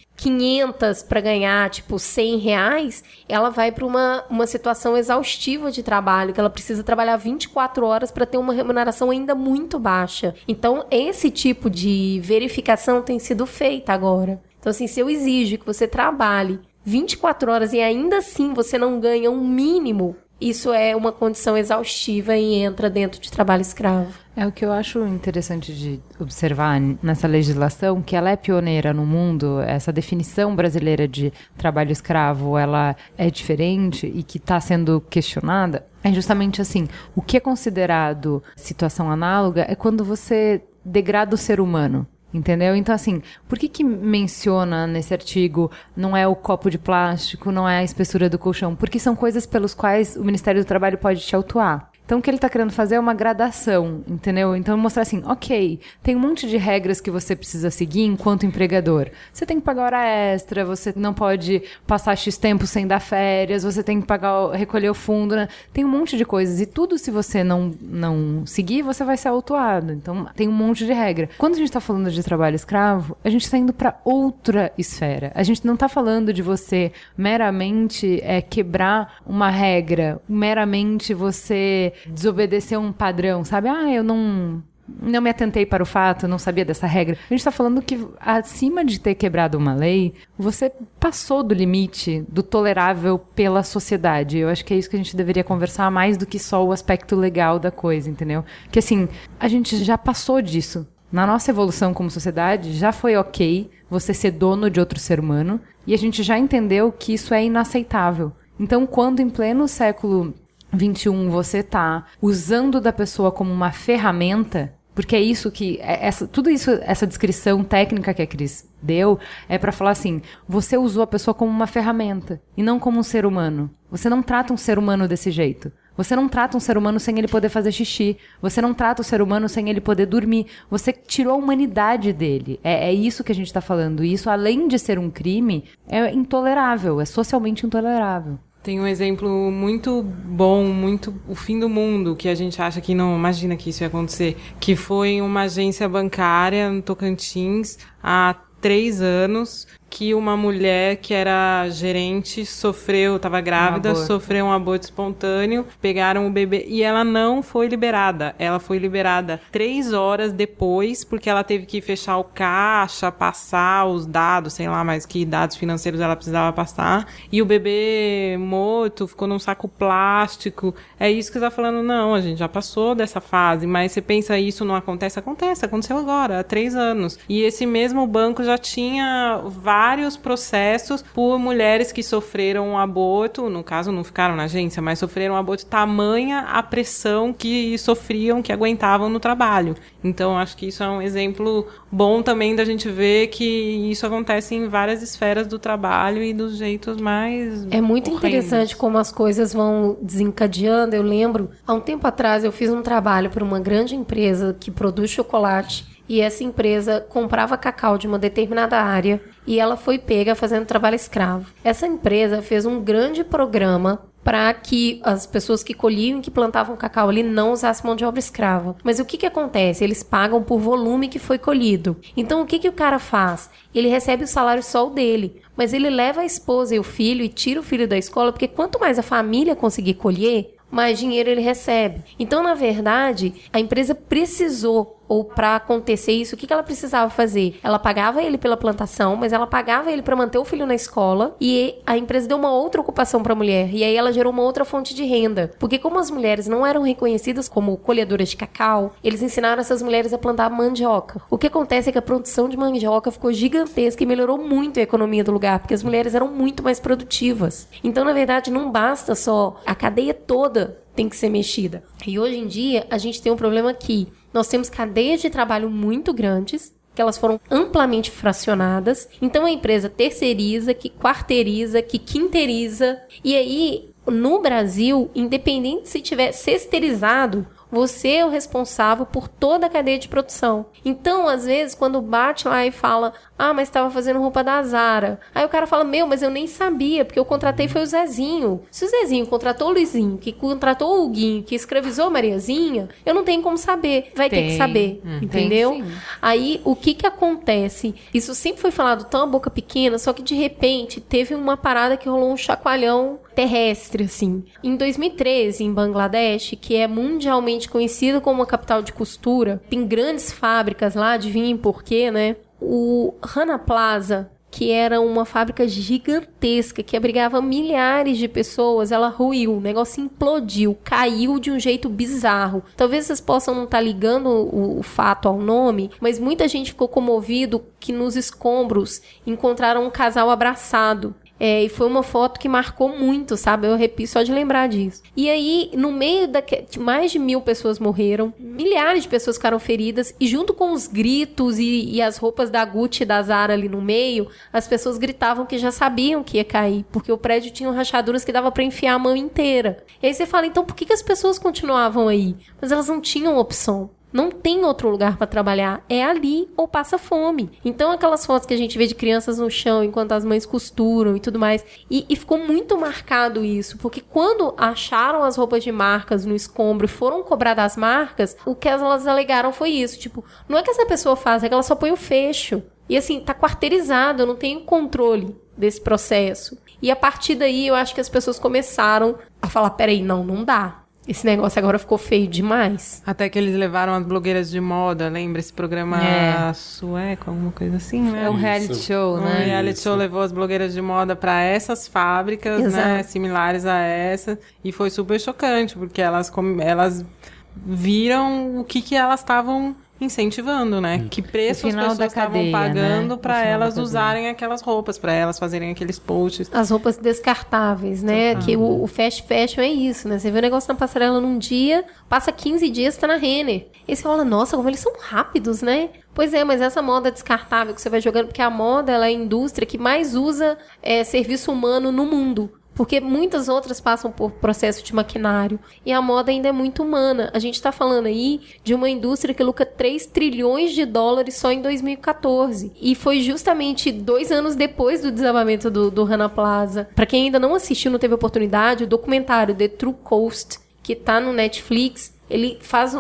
500 para ganhar, tipo, R$100, ela vai para uma situação exaustiva de trabalho, que ela precisa trabalhar 24 horas para ter uma remuneração ainda muito baixa. Então, esse tipo de verificação tem sido feita agora. Então, assim, se eu exijo que você trabalhe 24 horas e ainda assim você não ganha um mínimo, isso é uma condição exaustiva e entra dentro de trabalho escravo. É o que eu acho interessante de observar nessa legislação, que ela é pioneira no mundo, essa definição brasileira de trabalho escravo, ela é diferente e que está sendo questionada. É justamente assim, o que é considerado situação análoga é quando você degrada o ser humano. Entendeu? Então, assim, por que menciona nesse artigo não é o copo de plástico, não é a espessura do colchão? Porque são coisas pelos quais o Ministério do Trabalho pode te autuar. Então, o que ele está querendo fazer é uma gradação, entendeu? Então, mostrar assim, ok, tem um monte de regras que você precisa seguir enquanto empregador. Você tem que pagar hora extra, você não pode passar X tempo sem dar férias, você tem que recolher o fundo, né? Tem um monte de coisas. E tudo, se você não seguir, você vai ser autuado. Então, tem um monte de regra. Quando a gente está falando de trabalho escravo, a gente está indo para outra esfera. A gente não está falando de você meramente quebrar uma regra, meramente você desobedecer um padrão, sabe? Eu não me atentei para o fato, não sabia dessa regra. A gente está falando que, acima de ter quebrado uma lei, você passou do limite do tolerável pela sociedade. Eu acho que é isso que a gente deveria conversar mais do que só o aspecto legal da coisa, entendeu? Que, assim, a gente já passou disso. Na nossa evolução como sociedade, já foi ok você ser dono de outro ser humano, e a gente já entendeu que isso é inaceitável. Então, quando em pleno século 21 você tá usando da pessoa como uma ferramenta, porque é isso que tudo isso, essa descrição técnica que a Cris deu é para falar assim, você usou a pessoa como uma ferramenta e não como um ser humano. Você não trata um ser humano desse jeito. Você não trata um ser humano sem ele poder fazer xixi. Você não trata o ser humano sem ele poder dormir. Você tirou a humanidade dele. É isso que a gente está falando. E isso, além de ser um crime, é intolerável, é socialmente intolerável. Tem um exemplo muito bom, muito o fim do mundo, que a gente acha que não imagina que isso ia acontecer, que foi uma agência bancária no Tocantins há 3 anos, que uma mulher que era gerente estava grávida, sofreu um aborto espontâneo, pegaram o bebê e ela não foi liberada. Ela foi liberada 3 horas depois, porque ela teve que fechar o caixa, passar os dados, sei lá mais que dados financeiros ela precisava passar, e o bebê morto ficou num saco plástico. É isso que você tá falando, não, a gente já passou dessa fase, mas você pensa, isso não acontece? Aconteceu agora, há 3 anos. E esse mesmo banco já tinha vários processos por mulheres que sofreram um aborto, no caso não ficaram na agência, mas sofreram um aborto, tamanha a pressão que sofriam, que aguentavam no trabalho. Então acho que isso é um exemplo bom também da gente ver que isso acontece em várias esferas do trabalho e dos jeitos mais É muito horrendos. interessante como as coisas vão desencadeando. Eu lembro, há um tempo atrás eu fiz um trabalho para uma grande empresa que produz chocolate. E essa empresa comprava cacau de uma determinada área e ela foi pega fazendo trabalho escravo. Essa empresa fez um grande programa para que as pessoas que colhiam e que plantavam cacau ali não usassem mão de obra escrava. Mas o que acontece? Eles pagam por volume que foi colhido. Então o que o cara faz? Ele recebe o salário só o dele, mas ele leva a esposa e o filho e tira o filho da escola, porque quanto mais a família conseguir colher, mais dinheiro ele recebe. Então, na verdade, a empresa precisou, ou para acontecer isso, o que ela precisava fazer? Ela pagava ele pela plantação, mas ela pagava ele para manter o filho na escola, e a empresa deu uma outra ocupação para a mulher, e aí ela gerou uma outra fonte de renda. Porque como as mulheres não eram reconhecidas como colhedoras de cacau, eles ensinaram essas mulheres a plantar mandioca. O que acontece é que a produção de mandioca ficou gigantesca e melhorou muito a economia do lugar, porque as mulheres eram muito mais produtivas. Então, na verdade, não basta só a cadeia toda tem que ser mexida. E hoje em dia, a gente tem um problema que nós temos cadeias de trabalho muito grandes, que elas foram amplamente fracionadas. Então, a empresa terceiriza, que quarteiriza, que quinteiriza. E aí, no Brasil, independente se tiver sesterizado Você é o responsável por toda a cadeia de produção. Então, às vezes, quando bate lá e fala, mas estava fazendo roupa da Zara. Aí o cara fala, mas eu nem sabia, porque eu contratei foi o Zezinho. Se o Zezinho contratou o Luizinho, que contratou o Huguinho, que escravizou a Mariazinha, eu não tenho como saber. Vai ter que saber, entendeu? Aí, o que acontece? Isso sempre foi falado tão a boca pequena, só que de repente teve uma parada que rolou um chacoalhão terrestre, assim. Em 2013, em Bangladesh, que é mundialmente conhecido como uma capital de costura, tem grandes fábricas lá, adivinhem por quê, né? O Rana Plaza, que era uma fábrica gigantesca, que abrigava milhares de pessoas, ela ruiu, o negócio implodiu, caiu de um jeito bizarro. Talvez vocês possam não estar ligando o fato ao nome, mas muita gente ficou comovido que nos escombros encontraram um casal abraçado. E foi uma foto que marcou muito, sabe? Eu arrepio só de lembrar disso. E aí, no meio mais de 1.000 pessoas morreram, milhares de pessoas ficaram feridas, e junto com os gritos e as roupas da Gucci e da Zara ali no meio, as pessoas gritavam que já sabiam que ia cair, porque o prédio tinha rachaduras que dava pra enfiar a mão inteira. E aí você fala, então por que as pessoas continuavam aí? Mas elas não tinham opção. Não tem outro lugar para trabalhar. É ali ou passa fome. Então, aquelas fotos que a gente vê de crianças no chão enquanto as mães costuram e tudo mais. E ficou muito marcado isso. Porque quando acharam as roupas de marcas no escombro e foram cobrar das marcas, o que elas alegaram foi isso. Tipo, não é que essa pessoa faz, é que ela só põe o fecho. E assim, tá quarteirizado, eu não tenho controle desse processo. E a partir daí, eu acho que as pessoas começaram a falar, peraí, não dá. Esse negócio agora ficou feio demais. Até que eles levaram as blogueiras de moda, lembra esse programa sueco, alguma coisa assim, né? É um reality show, né? Um reality show levou as blogueiras de moda para essas fábricas, né? Similares a essa. E foi super chocante, porque elas viram o que elas estavam incentivando, né? Que preço as pessoas estavam pagando, né? Para elas usarem aquelas roupas, para elas fazerem aqueles posts. As roupas descartáveis, né? Que o fast fashion é isso, né? Você vê o negócio na passarela num dia, passa 15 dias, tá na Renner. E você fala, nossa, como eles são rápidos, né? Pois é, mas essa moda descartável que você vai jogando, porque a moda, ela é a indústria que mais usa serviço humano no mundo. Porque muitas outras passam por processo de maquinário. E a moda ainda é muito humana. A gente está falando aí de uma indústria que lucra 3 trilhões de dólares só em 2014. E foi justamente 2 anos depois do desabamento do Rana Plaza. Para quem ainda não assistiu, não teve oportunidade, o documentário The True Cost, que tá no Netflix, ele faz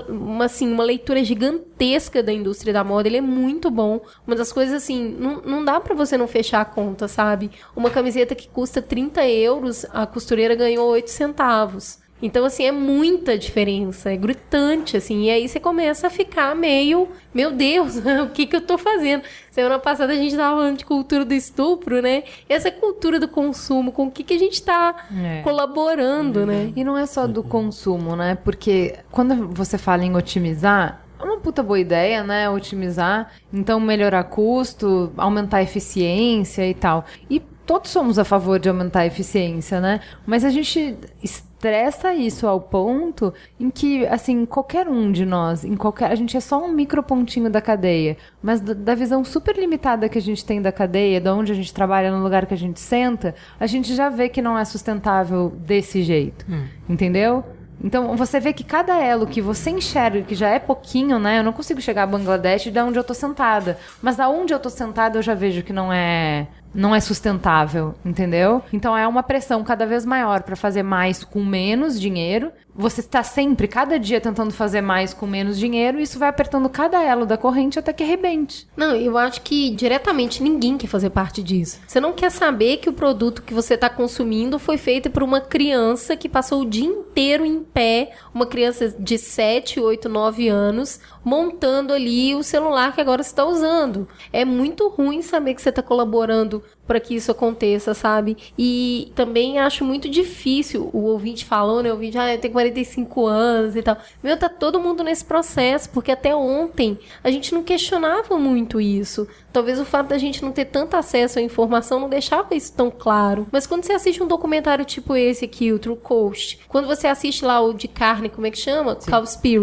uma leitura gigantesca da indústria da moda. Ele é muito bom. Uma das coisas, assim, não dá pra você não fechar a conta, sabe? Uma camiseta que custa 30 euros, a costureira ganhou 8 centavos. Então, assim, é muita diferença, é gritante, assim, e aí você começa a ficar meio, meu Deus, o que eu tô fazendo? Semana passada a gente tava falando de cultura do estupro, né? E essa cultura do consumo, com o que a gente tá colaborando, né? E não é só do consumo, né? Porque quando você fala em otimizar, é uma puta boa ideia, né? Otimizar, então melhorar custo, aumentar a eficiência e tal. E todos somos a favor de aumentar a eficiência, né? Mas a gente estressa isso ao ponto em que, assim, qualquer um de nós, a gente é só um micropontinho da cadeia, mas da visão super limitada que a gente tem da cadeia, de onde a gente trabalha, no lugar que a gente senta, a gente já vê que não é sustentável desse jeito, entendeu? Então, você vê que cada elo que você enxerga, que já é pouquinho, né? Eu não consigo chegar a Bangladesh de onde eu tô sentada. Mas aonde eu tô sentada, eu já vejo que não é sustentável, entendeu? Então, é uma pressão cada vez maior para fazer mais com menos dinheiro. Você está sempre, cada dia, tentando fazer mais com menos dinheiro, e isso vai apertando cada elo da corrente até que arrebente. Não, eu acho que diretamente ninguém quer fazer parte disso. Você não quer saber que o produto que você está consumindo foi feito por uma criança que passou o dia inteiro em pé, uma criança de 7, 8, 9 anos, montando ali o celular que agora você está usando. É muito ruim saber que você está colaborando para que isso aconteça, sabe? E também acho muito difícil, o ouvinte falou, né? O ouvinte, eu tenho 45 anos e tal. Meu, tá todo mundo nesse processo, porque até ontem a gente não questionava muito isso. Talvez o fato da gente não ter tanto acesso à informação não deixava isso tão claro. Mas quando você assiste um documentário tipo esse aqui, o True Cost, quando você assiste lá o de carne, como é que chama? Cowspiracy.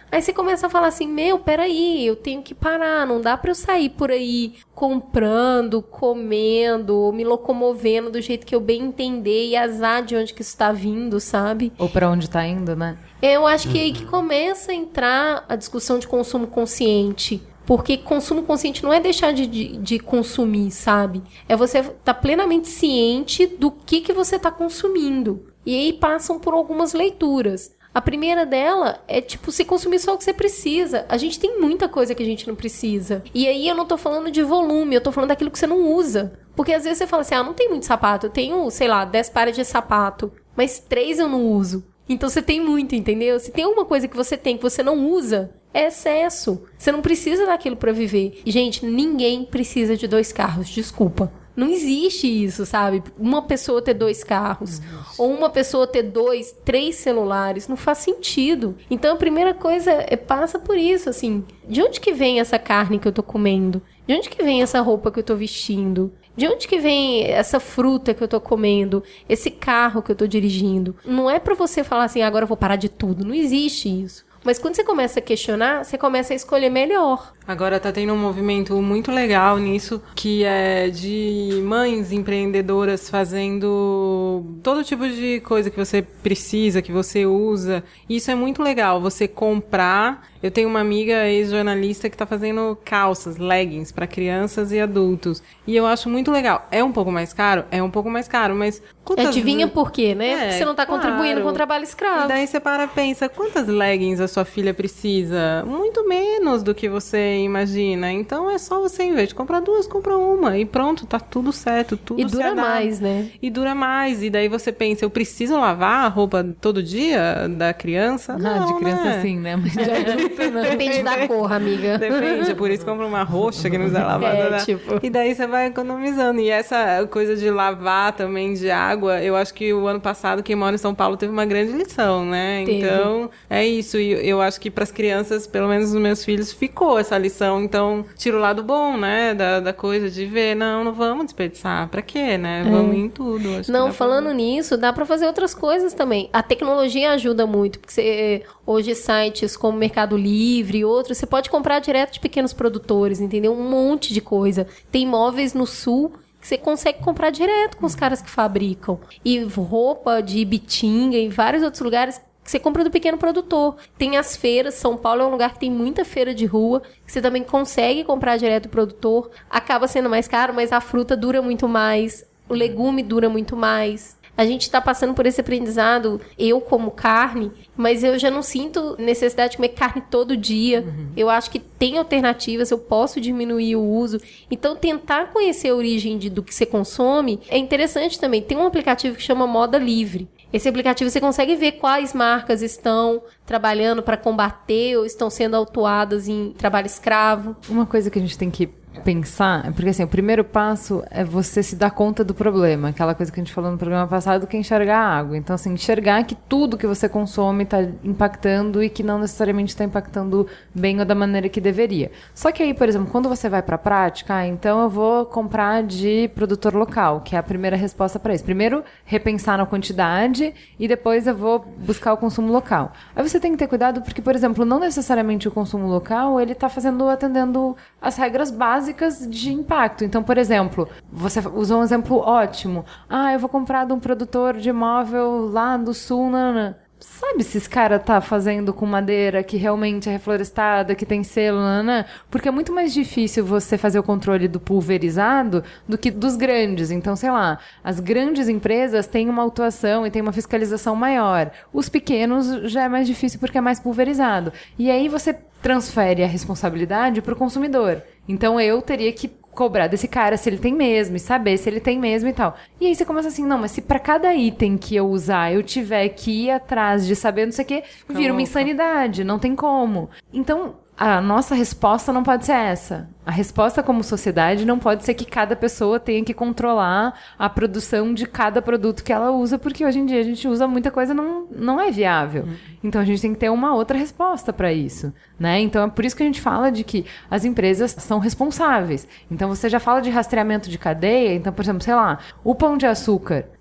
Aí você começa a falar assim, peraí, eu tenho que parar, não dá pra eu sair por aí comprando, comendo, me locomovendo do jeito que eu bem entender e azar de onde que isso tá vindo, sabe? Ou pra onde tá indo, né? Eu acho que é aí que começa a entrar a discussão de consumo consciente. Porque consumo consciente não é deixar de consumir, sabe? É você estar plenamente ciente do que você está consumindo. E aí passam por algumas leituras. A primeira dela é, se consumir só o que você precisa. A gente tem muita coisa que a gente não precisa. E aí eu não tô falando de volume, eu tô falando daquilo que você não usa. Porque às vezes você fala assim, não tem muito sapato. Eu tenho, 10 pares de sapato. Mas 3 eu não uso. Então você tem muito, entendeu? Se tem alguma coisa que você não usa, é excesso. Você não precisa daquilo pra viver. E, gente, ninguém precisa de 2 carros, desculpa. Não existe isso, sabe? Uma pessoa ter 2 carros. Ou uma pessoa ter 2, 3 celulares. Não faz sentido. Então, a primeira coisa passa por isso, assim. De onde que vem essa carne que eu tô comendo? De onde que vem essa roupa que eu tô vestindo? De onde que vem essa fruta que eu tô comendo? Esse carro que eu tô dirigindo? Não é pra você falar assim, agora eu vou parar de tudo. Não existe isso. Mas quando você começa a questionar, você começa a escolher melhor. Agora tá tendo um movimento muito legal nisso, que é de mães empreendedoras fazendo todo tipo de coisa que você precisa, que você usa. E isso é muito legal, você comprar. Eu tenho uma amiga ex-jornalista que tá fazendo calças, leggings para crianças e adultos. E eu acho muito legal. É um pouco mais caro? É um pouco mais caro, mas... Adivinha por quê, né? Porque você não tá contribuindo com o trabalho escravo. E daí você para e pensa, quantas leggings a sua filha precisa? Muito menos do que você imagina. Então é só você, em vez de comprar 2, compra uma. E pronto, tá tudo certo. Tudo e dura mais, né? E dura mais. E daí você pensa, eu preciso lavar a roupa todo dia da criança? Não, de criança né? sim, né? Mas de adulto não. Depende da cor, amiga. Depende, é por isso que compra uma roxa que não precisa lavar. E daí você vai economizando. E essa coisa de lavar também de água, eu acho que o ano passado, quem mora em São Paulo teve uma grande lição, né? Teve. Então, é isso. E eu acho que para as crianças, pelo menos os meus filhos, ficou essa lição. Então, tira o lado bom, né? Da coisa de ver, não vamos desperdiçar. Pra quê, né? Vamos em tudo. Acho não, falando nisso, dá pra fazer outras coisas também. A tecnologia ajuda muito, porque hoje sites como Mercado Livre e outros, você pode comprar direto de pequenos produtores, entendeu? Um monte de coisa. Tem móveis no Sul que você consegue comprar direto com os caras que fabricam. E roupa de Ibitinga e vários outros lugares que você compra do pequeno produtor. Tem as feiras, São Paulo é um lugar que tem muita feira de rua, que você também consegue comprar direto do produtor. Acaba sendo mais caro, mas a fruta dura muito mais, o legume dura muito mais. A gente está passando por esse aprendizado, eu como carne, mas eu já não sinto necessidade de comer carne todo dia. Eu acho que tem alternativas, eu posso diminuir o uso. Então, tentar conhecer a origem do que você consome é interessante também. Tem um aplicativo que chama Moda Livre. Esse aplicativo você consegue ver quais marcas estão trabalhando para combater ou estão sendo autuadas em trabalho escravo. Uma coisa que a gente tem que pensar, porque assim, o primeiro passo é você se dar conta do problema, aquela coisa que a gente falou no programa passado, que é enxergar a água. Então, assim, enxergar que tudo que você consome está impactando e que não necessariamente está impactando bem ou da maneira que deveria. Só que aí, por exemplo, quando você vai para a prática, então eu vou comprar de produtor local, que é a primeira resposta para isso. Primeiro, repensar na quantidade e depois eu vou buscar o consumo local. Aí você tem que ter cuidado porque, por exemplo, não necessariamente o consumo local, ele está atendendo as regras básicas de impacto. Então, por exemplo, você usou um exemplo ótimo. Eu vou comprar de um produtor de imóvel lá do sul, Sabe se esse cara tá fazendo com madeira que realmente é reflorestada, que tem selo, Porque é muito mais difícil você fazer o controle do pulverizado do que dos grandes. Então, sei lá, as grandes empresas têm uma autuação e têm uma fiscalização maior. Os pequenos já é mais difícil porque é mais pulverizado. E aí você transfere a responsabilidade para o consumidor. Então, eu teria que cobrar desse cara se ele tem mesmo, e saber se ele tem mesmo e tal. E aí você começa assim, não, mas se pra cada item que eu usar eu tiver que ir atrás de saber não sei o que, vira uma insanidade, não tem como. Então, a nossa resposta não pode ser essa. A resposta como sociedade não pode ser que cada pessoa tenha que controlar a produção de cada produto que ela usa, porque hoje em dia a gente usa muita coisa, não é viável. Então a gente tem que ter uma outra resposta para isso, né? Então é por isso que a gente fala de que as empresas são responsáveis. Então você já fala de rastreamento de cadeia, então, por exemplo, sei lá, o Pão de Açúcar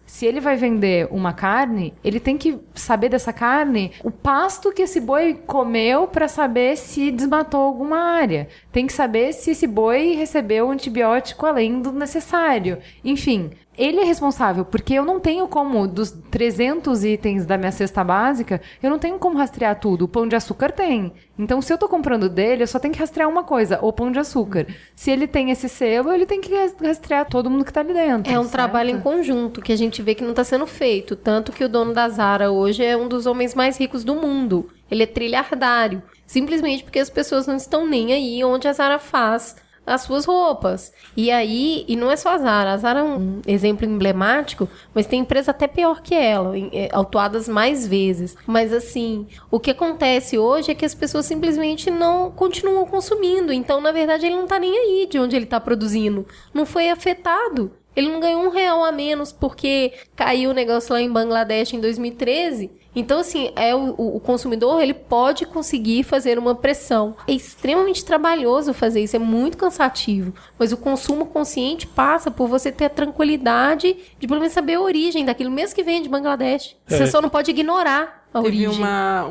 Se ele vai vender uma carne, ele tem que saber dessa carne o pasto que esse boi comeu para saber se desmatou alguma área. Tem que saber se esse boi recebeu antibiótico além do necessário. Enfim, ele é responsável, porque eu não tenho como, dos 300 itens da minha cesta básica, eu não tenho como rastrear tudo. O pão de açúcar tem. Então, se eu tô comprando dele, eu só tenho que rastrear uma coisa, o pão de açúcar. Se ele tem esse selo, ele tem que rastrear todo mundo que tá ali dentro. É um certo? trabalho em conjunto, que a gente vê que não tá sendo feito. Tanto que o dono da Zara hoje é um dos homens mais ricos do mundo. Ele é trilhardário. Simplesmente porque as pessoas não estão nem aí onde a Zara faz as suas roupas. E aí, e não é só a Zara é um exemplo emblemático, mas tem empresa até pior que ela, autuadas mais vezes. Mas assim, o que acontece hoje é que as pessoas simplesmente não continuam consumindo. Então, na verdade, ele não tá nem aí de onde ele tá produzindo. Não foi afetado. Ele não ganhou R$1 a menos porque caiu o negócio lá em Bangladesh em 2013. Então, assim, o consumidor, ele pode conseguir fazer uma pressão. É extremamente trabalhoso fazer isso, é muito cansativo. Mas o consumo consciente passa por você ter a tranquilidade de, pelo menos, saber a origem daquilo, mesmo que venha de Bangladesh. Você só não pode ignorar a origem. Teve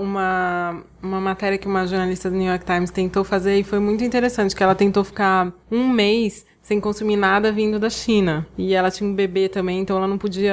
uma matéria que uma jornalista do New York Times tentou fazer e foi muito interessante, que ela tentou ficar um mês sem consumir nada vindo da China. E ela tinha um bebê também, então ela não podia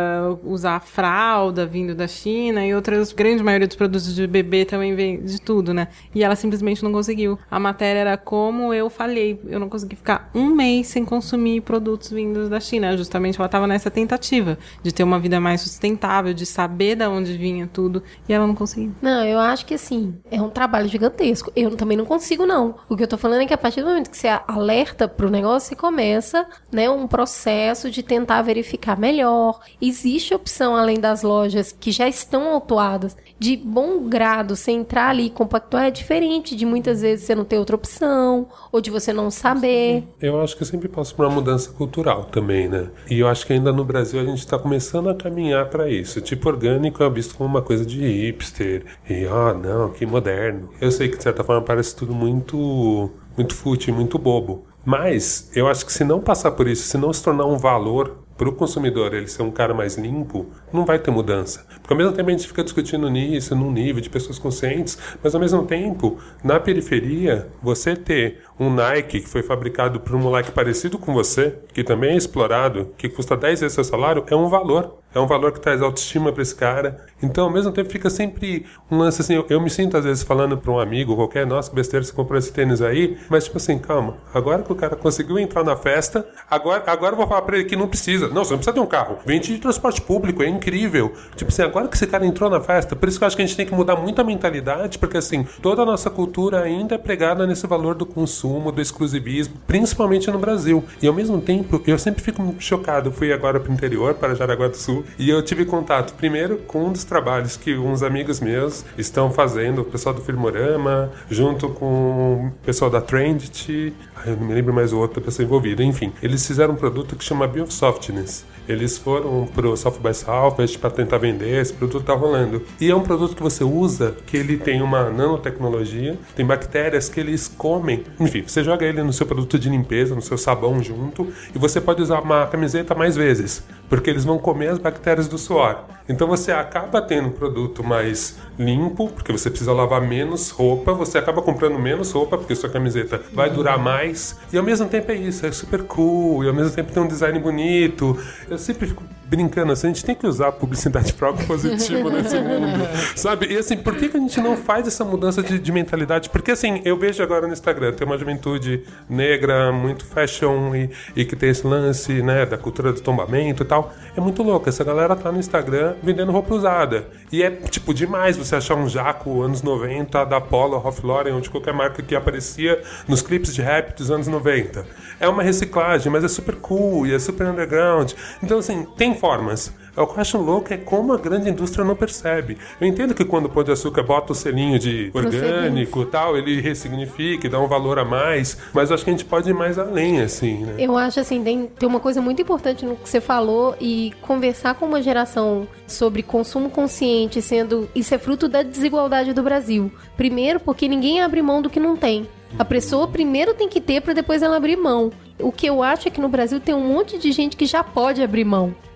usar fralda vindo da China e grande maioria dos produtos de bebê também vem de tudo, né? E ela simplesmente não conseguiu. A matéria era como eu falhei. Eu não consegui ficar um mês sem consumir produtos vindos da China. Justamente ela estava nessa tentativa de ter uma vida mais sustentável, de saber de onde vinha tudo. E ela não conseguiu. Não, eu acho que assim, é um trabalho gigantesco. Eu também não consigo, não. O que eu tô falando é que a partir do momento que você alerta pro negócio, você começa, né, um processo de tentar verificar melhor. Existe opção, além das lojas que já estão autuadas, de bom grado, você entrar ali e compactuar, é diferente de muitas vezes você não ter outra opção, ou de você não saber. Eu acho que sempre passa por uma mudança cultural também, né? E eu acho que ainda no Brasil a gente está começando a caminhar para isso. Tipo, orgânico é visto como uma coisa de hipster. E, não, que moderno. Eu sei que de certa forma parece tudo muito fútil, muito bobo. Mas eu acho que se não passar por isso, se não se tornar um valor para o consumidor, ele ser um cara mais limpo, não vai ter mudança. Porque ao mesmo tempo a gente fica discutindo nisso, num nível de pessoas conscientes, mas ao mesmo tempo, na periferia, você ter um Nike que foi fabricado por um moleque parecido com você, que também é explorado, que custa 10 vezes seu salário, é um valor. É um valor que traz autoestima para esse cara. Então, ao mesmo tempo, fica sempre um lance assim. Eu me sinto, às vezes, falando para um amigo qualquer, nossa, que besteira, você comprou esse tênis aí. Mas, tipo assim, calma. Agora que o cara conseguiu entrar na festa, agora eu vou falar para ele que não precisa. Não, você não precisa ter um carro. Vende de transporte público, é incrível. Tipo assim, agora que esse cara entrou na festa, por isso que eu acho que a gente tem que mudar muito a mentalidade, porque, assim, toda a nossa cultura ainda é pregada nesse valor do consumo, do exclusivismo, principalmente no Brasil. E, ao mesmo tempo, eu sempre fico chocado. Eu fui agora para o interior, para Jaraguá do Sul, e eu tive contato, primeiro, com um dos trabalhos que uns amigos meus estão fazendo, o pessoal do Filmorama, junto com o pessoal da Trendit, eu não me lembro mais o outro pessoa envolvida, enfim. Eles fizeram um produto que chama Biosoftness. Eles foram pro South by Southwest para tentar vender, esse produto tá rolando. E é um produto que você usa, que ele tem uma nanotecnologia, tem bactérias que eles comem. Enfim, você joga ele no seu produto de limpeza, no seu sabão junto, e você pode usar uma camiseta mais vezes, porque eles vão comer as bactérias do suor. Então você acaba tendo um produto mais limpo, porque você precisa lavar menos roupa, você acaba comprando menos roupa, porque sua camiseta vai durar mais, e ao mesmo tempo é isso, é super cool, e ao mesmo tempo tem um design bonito. Eu sempre fico brincando assim, a gente tem que usar a publicidade para algo positivo nesse mundo, sabe? E assim, por que a gente não faz essa mudança de mentalidade? Porque assim, eu vejo agora no Instagram, tem uma juventude negra, muito fashion, e que tem esse lance, né, da cultura do tombamento e tal. É muito louco, essa galera tá no Instagram vendendo roupa usada. E é, tipo, demais você achar um jaco anos 90 da Polo, Ralph Lauren, ou de qualquer marca que aparecia nos clipes de rap dos anos 90. É uma reciclagem, mas é super cool e é super underground. Então, assim, tem formas. O que eu acho louco é como a grande indústria não percebe. Eu entendo que quando o Pão de Açúcar bota o selinho de orgânico e tal, ele ressignifica e dá um valor a mais, mas eu acho que a gente pode ir mais além, assim, né? Eu acho, assim, tem uma coisa muito importante no que você falou, e conversar com uma geração sobre consumo consciente, isso é fruto da desigualdade do Brasil. Primeiro, porque ninguém abre mão do que não tem. A pessoa primeiro tem que ter para depois ela abrir mão. O que eu acho é que no Brasil tem um monte de gente que já pode abrir mão.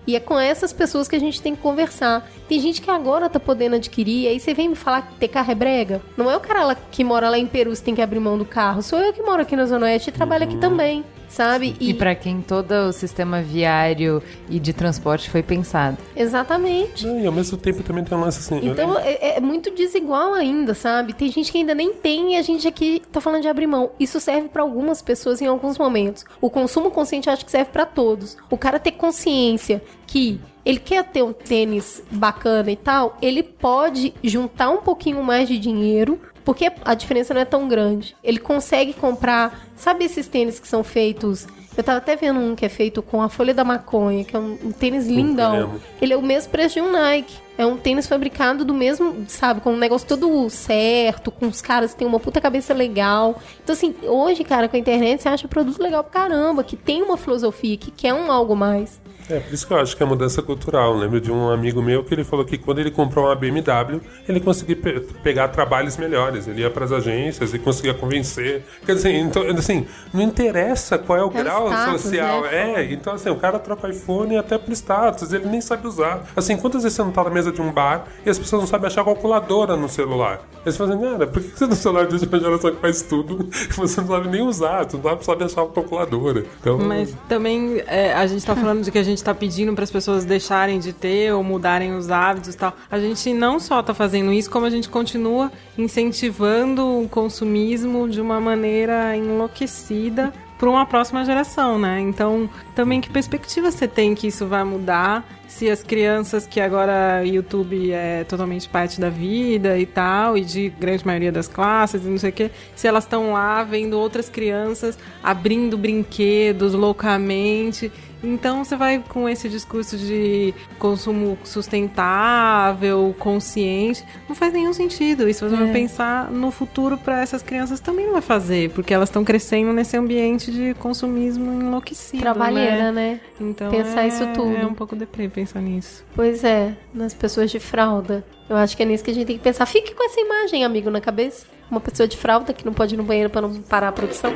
E é com essas pessoas que a gente tem que conversar. Tem gente que agora tá podendo adquirir, aí você vem me falar que ter carro é brega? Não é o cara lá que mora lá em Peru que tem que abrir mão do carro. Sou eu que moro aqui na Zona Oeste e trabalho aqui também, sabe? E pra quem todo o sistema viário e de transporte foi pensado. Exatamente. Não, e ao mesmo tempo também tem um lance assim... Então é muito desigual ainda, sabe? Tem gente que ainda nem tem e a gente aqui tá falando de abrir mão. Isso serve pra algumas pessoas em alguns momentos. O consumo consciente eu acho que serve pra todos. O cara ter consciência que ele quer ter um tênis bacana e tal, ele pode juntar um pouquinho mais de dinheiro, porque a diferença não é tão grande. Ele consegue comprar, sabe esses tênis que são feitos... Eu tava até vendo um que é feito com a folha da maconha, que é um tênis lindão. Ele é o mesmo preço de um Nike. É um tênis fabricado do mesmo, sabe, com um negócio todo certo, com os caras que tem uma puta cabeça legal. Então, assim, hoje, cara, com a internet, você acha produto legal pra caramba, que tem uma filosofia, que quer um algo mais. É, por isso que eu acho que é mudança cultural. Eu lembro de um amigo meu que ele falou que quando ele comprou uma BMW, ele conseguia pegar trabalhos melhores. Ele ia para as agências e conseguia convencer. Quer dizer, então, assim, não interessa qual é o grau status, social. né? Então assim, o cara troca iPhone até por status, ele nem sabe usar. Assim, quantas vezes você não tá na mesa de um bar e as pessoas não sabem achar calculadora no celular? Eles falam assim, cara, por que você no celular diz uma geração que faz tudo e você não sabe nem usar, você não sabe achar uma calculadora? Então... Mas também a gente tá falando de que a gente tá pedindo para as pessoas deixarem de ter ou mudarem os hábitos e tal. A gente não só tá fazendo isso, como a gente continua incentivando o consumismo de uma maneira enlouquecida para uma próxima geração, né? Então, também que perspectiva você tem que isso vai mudar? Se as crianças, que agora YouTube é totalmente parte da vida e tal, e de grande maioria das classes e não sei o quê, se elas estão lá vendo outras crianças abrindo brinquedos loucamente. Então você vai com esse discurso de consumo sustentável, consciente, não faz nenhum sentido. E se você vai pensar no futuro para essas crianças, também não vai fazer, porque elas estão crescendo nesse ambiente de consumismo enlouquecido, Trabalheira, né? Então pensar isso tudo. É um pouco deprê pensar nisso. Pois é, nas pessoas de fralda. Eu acho que é nisso que a gente tem que pensar. Fique com essa imagem, amigo, na cabeça. Uma pessoa de fralda que não pode ir no banheiro para não parar a produção.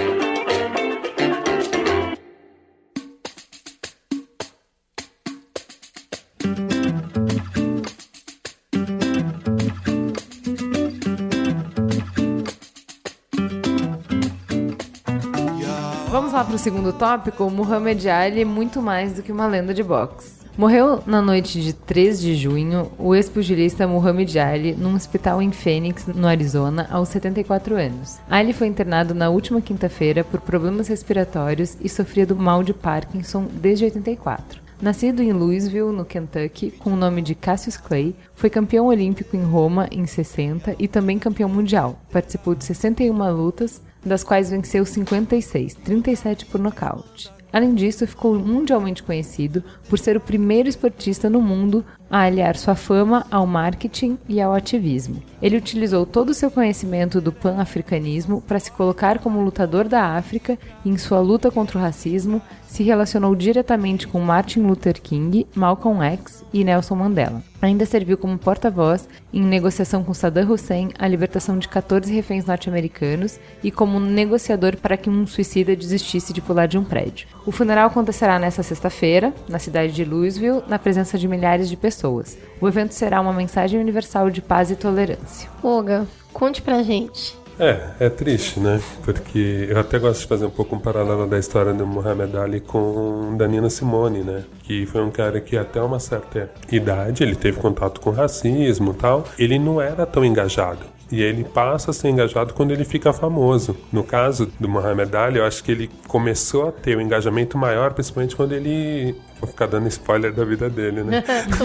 Vamos lá para o segundo tópico. Muhammad Ali é muito mais do que uma lenda de boxe. Morreu na noite de 3 de junho o ex-pugilista Muhammad Ali num hospital em Phoenix, no Arizona, aos 74 anos. Ali foi internado na última quinta-feira por problemas respiratórios e sofria do mal de Parkinson desde 84. Nascido em Louisville, no Kentucky, com o nome de Cassius Clay, foi campeão olímpico em Roma em 60 e também campeão mundial. Participou de 61 lutas, das quais venceu 56, 37 por nocaute. Além disso, ficou mundialmente conhecido por ser o primeiro esportista no mundo a aliar sua fama ao marketing e ao ativismo. Ele utilizou todo o seu conhecimento do pan-africanismo para se colocar como lutador da África e, em sua luta contra o racismo, se relacionou diretamente com Martin Luther King, Malcolm X e Nelson Mandela. Ainda serviu como porta-voz em negociação com Saddam Hussein a libertação de 14 reféns norte-americanos e como negociador para que um suicida desistisse de pular de um prédio. O funeral acontecerá nesta sexta-feira, na cidade de Louisville, na presença de milhares de pessoas. O evento será uma mensagem universal de paz e tolerância. Olga, conte pra gente. É triste, né? Porque eu até gosto de fazer um pouco um paralelo da história do Muhammad Ali com Nina Simone, né? Que foi um cara que até uma certa idade, ele teve contato com racismo e tal, ele não era tão engajado. E ele passa a ser engajado quando ele fica famoso. No caso do Muhammad Ali, eu acho que ele começou a ter um engajamento maior, principalmente quando ele... Vou ficar dando spoiler da vida dele, né?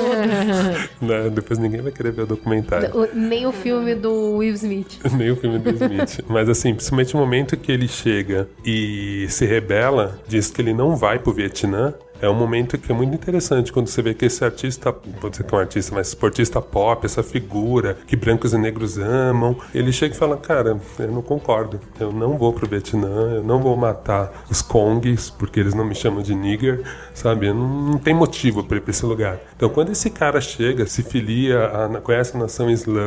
Né? Depois ninguém vai querer ver o documentário. Nem o filme do Will Smith. Nem o filme do Smith. Mas assim, principalmente no momento que ele chega e se rebela, diz que ele não vai pro Vietnã, é um momento que é muito interessante quando você vê que esse artista, vou dizer que é um artista, mas esportista pop, essa figura que brancos e negros amam, ele chega e fala, cara, eu não concordo, eu não vou pro Vietnã, eu não vou matar os Kongs, porque eles não me chamam de nigger, sabe? Não tem motivo para ir para esse lugar. Então, quando esse cara chega, se filia, conhece a nação islã,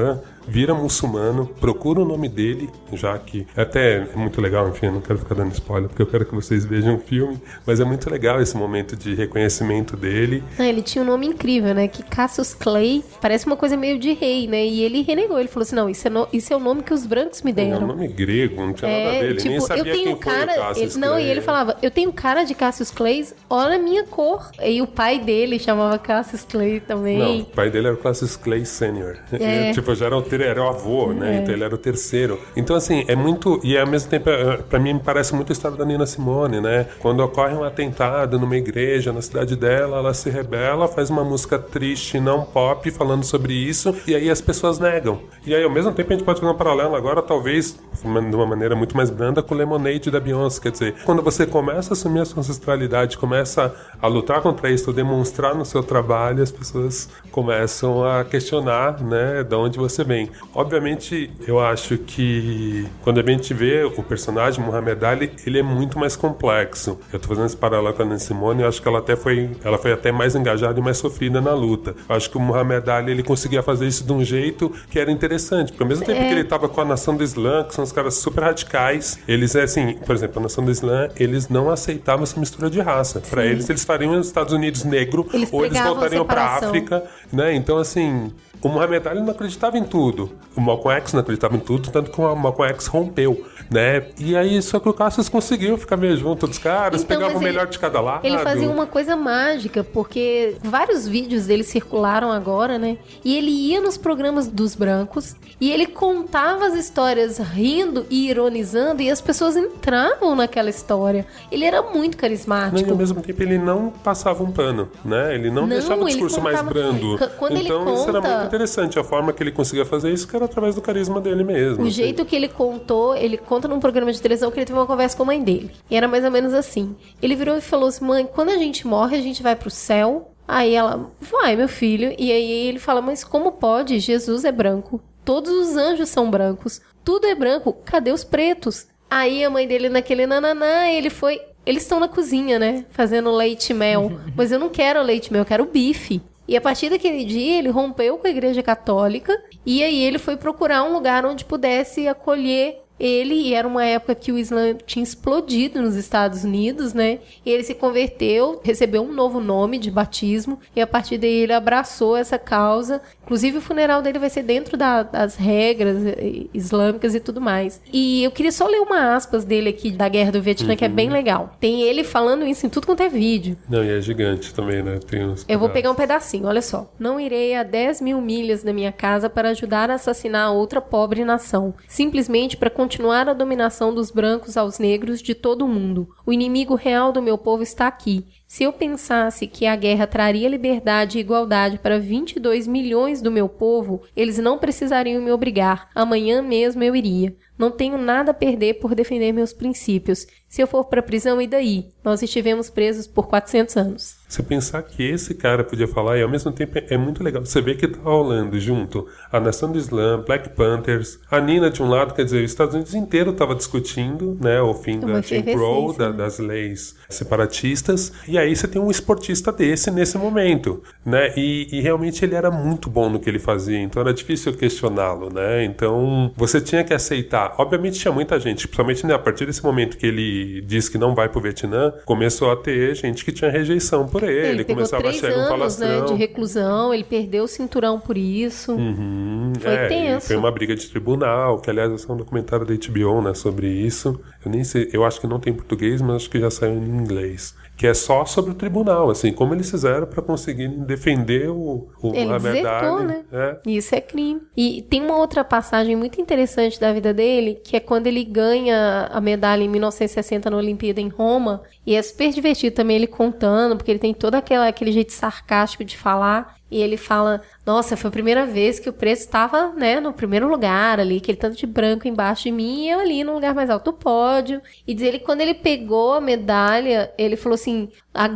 vira muçulmano, procura o nome dele, já que até é muito legal, enfim, eu não quero ficar dando spoiler, porque eu quero que vocês vejam o filme, mas é muito legal esse momento de reconhecimento dele. Ele tinha um nome incrível, né? Que Cassius Clay parece uma coisa meio de rei, né? E ele renegou, ele falou assim, não, isso é o nome que os brancos me deram. É um nome grego, não tinha nada dele, nem sabia quem foi o Cassius Clay. Não, e ele falava, eu tenho cara de Cassius Clay, olha a minha cor. E o pai dele chamava Cassius Clay também. Não, o pai dele era o Cassius Clay Senior. Tipo, já era o avô, né? Então ele era o terceiro. Então, assim, é muito... E ao mesmo tempo, pra mim, me parece muito a história da Nina Simone, né? Quando ocorre um atentado numa igreja, na cidade dela, ela se rebela, faz uma música triste, não pop, falando sobre isso, e aí as pessoas negam. E aí, ao mesmo tempo, a gente pode fazer um paralelo agora, talvez, de uma maneira muito mais branda, com o Lemonade da Beyoncé. Quer dizer, quando você começa a assumir a sua ancestralidade, começa a lutar contra isso, demonstrar no seu trabalho, as pessoas começam a questionar, né, de onde você vem. Obviamente, eu acho que quando a gente vê o personagem Muhammad Ali, ele é muito mais complexo. Eu tô fazendo esse paralelo com a Nina Simone, eu acho que ela foi até mais engajada e mais sofrida na luta. Eu acho que o Muhammad Ali, ele conseguia fazer isso de um jeito que era interessante, porque ao mesmo tempo que ele tava com a Nação do Islã, que são os caras super radicais, eles, assim, por exemplo, a Nação do Islã, eles não aceitavam essa mistura de raça. Para eles fariam os Estados Unidos negro, ou eles voltariam para a África, né? Então, assim, o Muhammad Ali não acreditava em tudo. O Malcolm X não acreditava em tudo, tanto que o Malcolm X rompeu, né? E aí, só que o Cassius conseguiu ficar meio junto dos caras, então, pegava o melhor de cada lado. Ele fazia uma coisa mágica, porque vários vídeos dele circularam agora, né? E ele ia nos programas dos brancos e ele contava as histórias rindo e ironizando, e as pessoas entravam naquela história. Ele era muito carismático. Não, e ao mesmo tempo ele não passava um pano, né? Ele não deixava o discurso mais brando. Quando então isso era muito interessante, a forma que ele conseguia fazer isso, que era através do carisma dele mesmo. O jeito que ele conta num programa de televisão que ele teve uma conversa com a mãe dele. E era mais ou menos assim. Ele virou e falou assim, mãe, quando a gente morre, a gente vai pro céu? Aí ela, vai, meu filho. E aí ele fala, mas como pode? Jesus é branco. Todos os anjos são brancos. Tudo é branco. Cadê os pretos? Aí a mãe dele naquele nananá, ele foi... Eles estão na cozinha, né? Fazendo leite e mel. Mas eu não quero leite e mel, eu quero bife. E a partir daquele dia, ele rompeu com a Igreja Católica. E aí ele foi procurar um lugar onde pudesse acolher ele, e era uma época que o Islã tinha explodido nos Estados Unidos, né? E ele se converteu, recebeu um novo nome de batismo, e a partir daí ele abraçou essa causa. Inclusive o funeral dele vai ser dentro das regras islâmicas e tudo mais. E eu queria só ler uma aspas dele aqui da Guerra do Vietnã, que é bem legal. Tem ele falando isso em tudo quanto é vídeo. Não, e é gigante também, né? Tem uns Eu vou pegar um pedacinho, olha só. Não irei a 10 mil milhas da minha casa para ajudar a assassinar outra pobre nação, simplesmente para continuar a dominação dos brancos aos negros de todo o mundo. O inimigo real do meu povo está aqui. Se eu pensasse que a guerra traria liberdade e igualdade para 22 milhões do meu povo, eles não precisariam me obrigar. Amanhã mesmo eu iria. Não tenho nada a perder por defender meus princípios. Se eu for para a prisão, e daí? Nós estivemos presos por 400 anos. Você pensar que esse cara podia falar, e ao mesmo tempo é muito legal. Você vê que tá rolando junto a Nação do Islã, Black Panthers, a Nina de um lado, quer dizer, os Estados Unidos inteiro estava discutindo, né, o fim da Jim Crow, das leis separatistas, e aí você tem um esportista desse nesse momento, né, e realmente ele era muito bom no que ele fazia, então era difícil questioná-lo, né, então você tinha que aceitar. Obviamente tinha muita gente, principalmente, né, a partir desse momento que ele disse que não vai pro Vietnã, começou a ter gente que tinha rejeição por ele começava a chegar um falastrão. Né, de reclusão, ele perdeu o cinturão por isso. Foi tenso. Foi uma briga de tribunal, que aliás é um documentário da HBO, né, sobre isso. Eu nem sei, eu acho que não tem em português, mas acho que já saiu em inglês. Que é só sobre o tribunal, assim, como eles fizeram para conseguir defender o ele desertou, né? Isso é crime. E tem uma outra passagem muito interessante da vida dele, que é quando ele ganha a medalha em 1960 na Olimpíada em Roma, e é super divertido também ele contando, porque ele tem todo aquele jeito sarcástico de falar, e ele fala, nossa, foi a primeira vez que o preto estava, né, no primeiro lugar ali, aquele tanto de branco embaixo de mim, e eu ali no lugar mais alto do pódio. E diz ele que quando ele pegou a medalha, ele falou assim,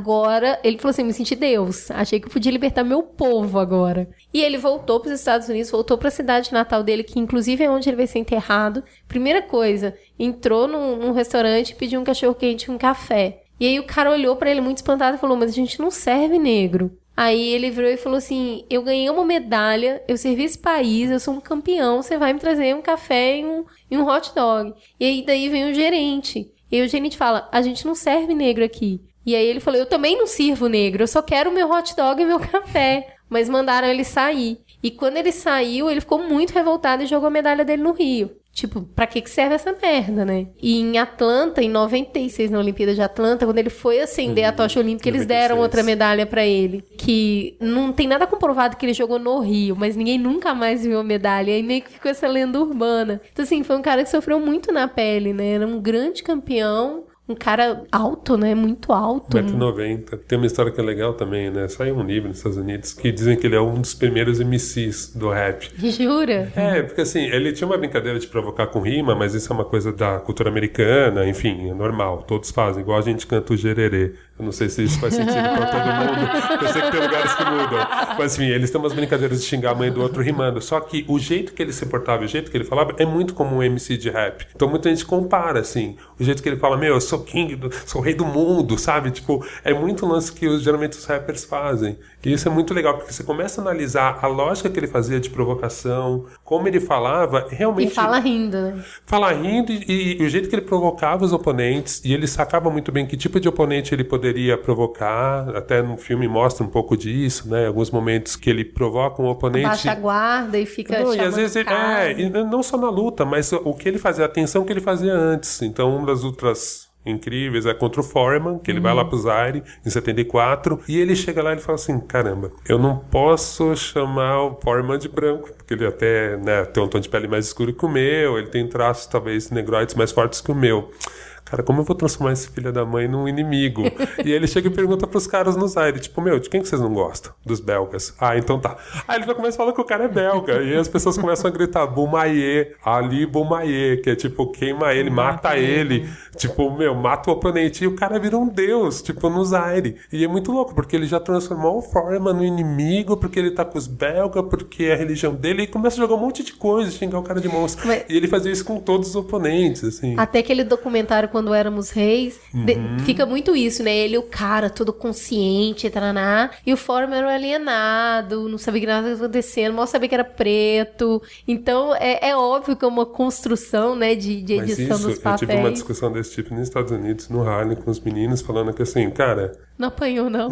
me senti Deus, achei que eu podia libertar meu povo agora. E ele voltou para os Estados Unidos, voltou para a cidade natal dele, que inclusive é onde ele vai ser enterrado. Primeira coisa, entrou num restaurante e pediu um cachorro-quente e um café. E aí o cara olhou para ele muito espantado e falou, mas a gente não serve negro. Aí ele virou e falou assim, eu ganhei uma medalha, eu servi esse país, eu sou um campeão, você vai me trazer um café e um hot dog. E aí daí vem o gerente. E aí o gerente fala, a gente não serve negro aqui. E aí ele falou, eu também não sirvo negro, eu só quero o meu hot dog e meu café. Mas mandaram ele sair. E quando ele saiu, ele ficou muito revoltado e jogou a medalha dele no rio. Tipo, pra que serve essa merda, né? E em Atlanta, em 96, na Olimpíada de Atlanta, quando ele foi acender a tocha olímpica, eles deram outra medalha pra ele. Que não tem nada comprovado que ele jogou no Rio, mas ninguém nunca mais viu a medalha. E aí meio que ficou essa lenda urbana. Então, assim, foi um cara que sofreu muito na pele, né? Era um grande campeão. Um cara alto, né? Muito alto. 1,90 m. Tem uma história que é legal também, né? Saiu um livro nos Estados Unidos que dizem que ele é um dos primeiros MCs do rap. Jura? Porque assim, ele tinha uma brincadeira de provocar com rima, mas isso é uma coisa da cultura americana, enfim, é normal. Todos fazem, igual a gente canta o gererê. Eu não sei se isso faz sentido pra todo mundo. Eu sei que tem lugares que mudam. Mas enfim, eles têm umas brincadeiras de xingar a mãe do outro rimando. Só que o jeito que ele se portava, o jeito que ele falava, é muito como um MC de rap. Então muita gente compara, assim. O jeito que ele fala, eu sou king, sou o rei do mundo, sabe? Tipo, é muito lance que geralmente os rappers fazem. E isso é muito legal, porque você começa a analisar a lógica que ele fazia de provocação, como ele falava, realmente... E fala rindo, né? Fala rindo e o jeito que ele provocava os oponentes, e ele sacava muito bem que tipo de oponente ele poderia provocar, até no filme mostra um pouco disso, né? Alguns momentos que ele provoca um oponente... Baixa a guarda e fica chamando e às vezes e não só na luta, mas o que ele fazia, a atenção que ele fazia antes. Então, uma das outras incríveis é contra o Foreman, que ele vai lá pro Zaire em 74, e ele chega lá e ele fala assim, caramba, eu não posso chamar o Foreman de branco, porque ele até, né, tem um tom de pele mais escuro que o meu, ele tem traços talvez negroides mais fortes que o meu. Cara, como eu vou transformar esse filho da mãe num inimigo? E aí ele chega e pergunta pros caras no Zaire, tipo, de quem que vocês não gostam? Dos belgas. Ah, então tá. Aí ele já começa a falar que o cara é belga. E aí as pessoas começam a gritar, Boumaye, Ali Boumaye, que é tipo, queima ele, mata ele. Tipo, mata o oponente. E o cara vira um deus, tipo, no Zaire. E é muito louco, porque ele já transformou o Foreman no inimigo, porque ele tá com os belgas, porque é a religião dele. E começa a jogar um monte de coisa, xingar o cara de monstro. E ele fazia isso com todos os oponentes, assim. Até aquele documentário Quando Éramos Reis, fica muito isso, né? Ele, o cara, todo consciente, taraná, e o Foreman era alienado, não sabia que nada estava acontecendo, mal sabia que era preto. Então, é óbvio que é uma construção, né, de edição dos papéis. Eu tive uma discussão desse tipo nos Estados Unidos, no Harlem, com os meninos, falando que assim, cara... Não apanhou, não?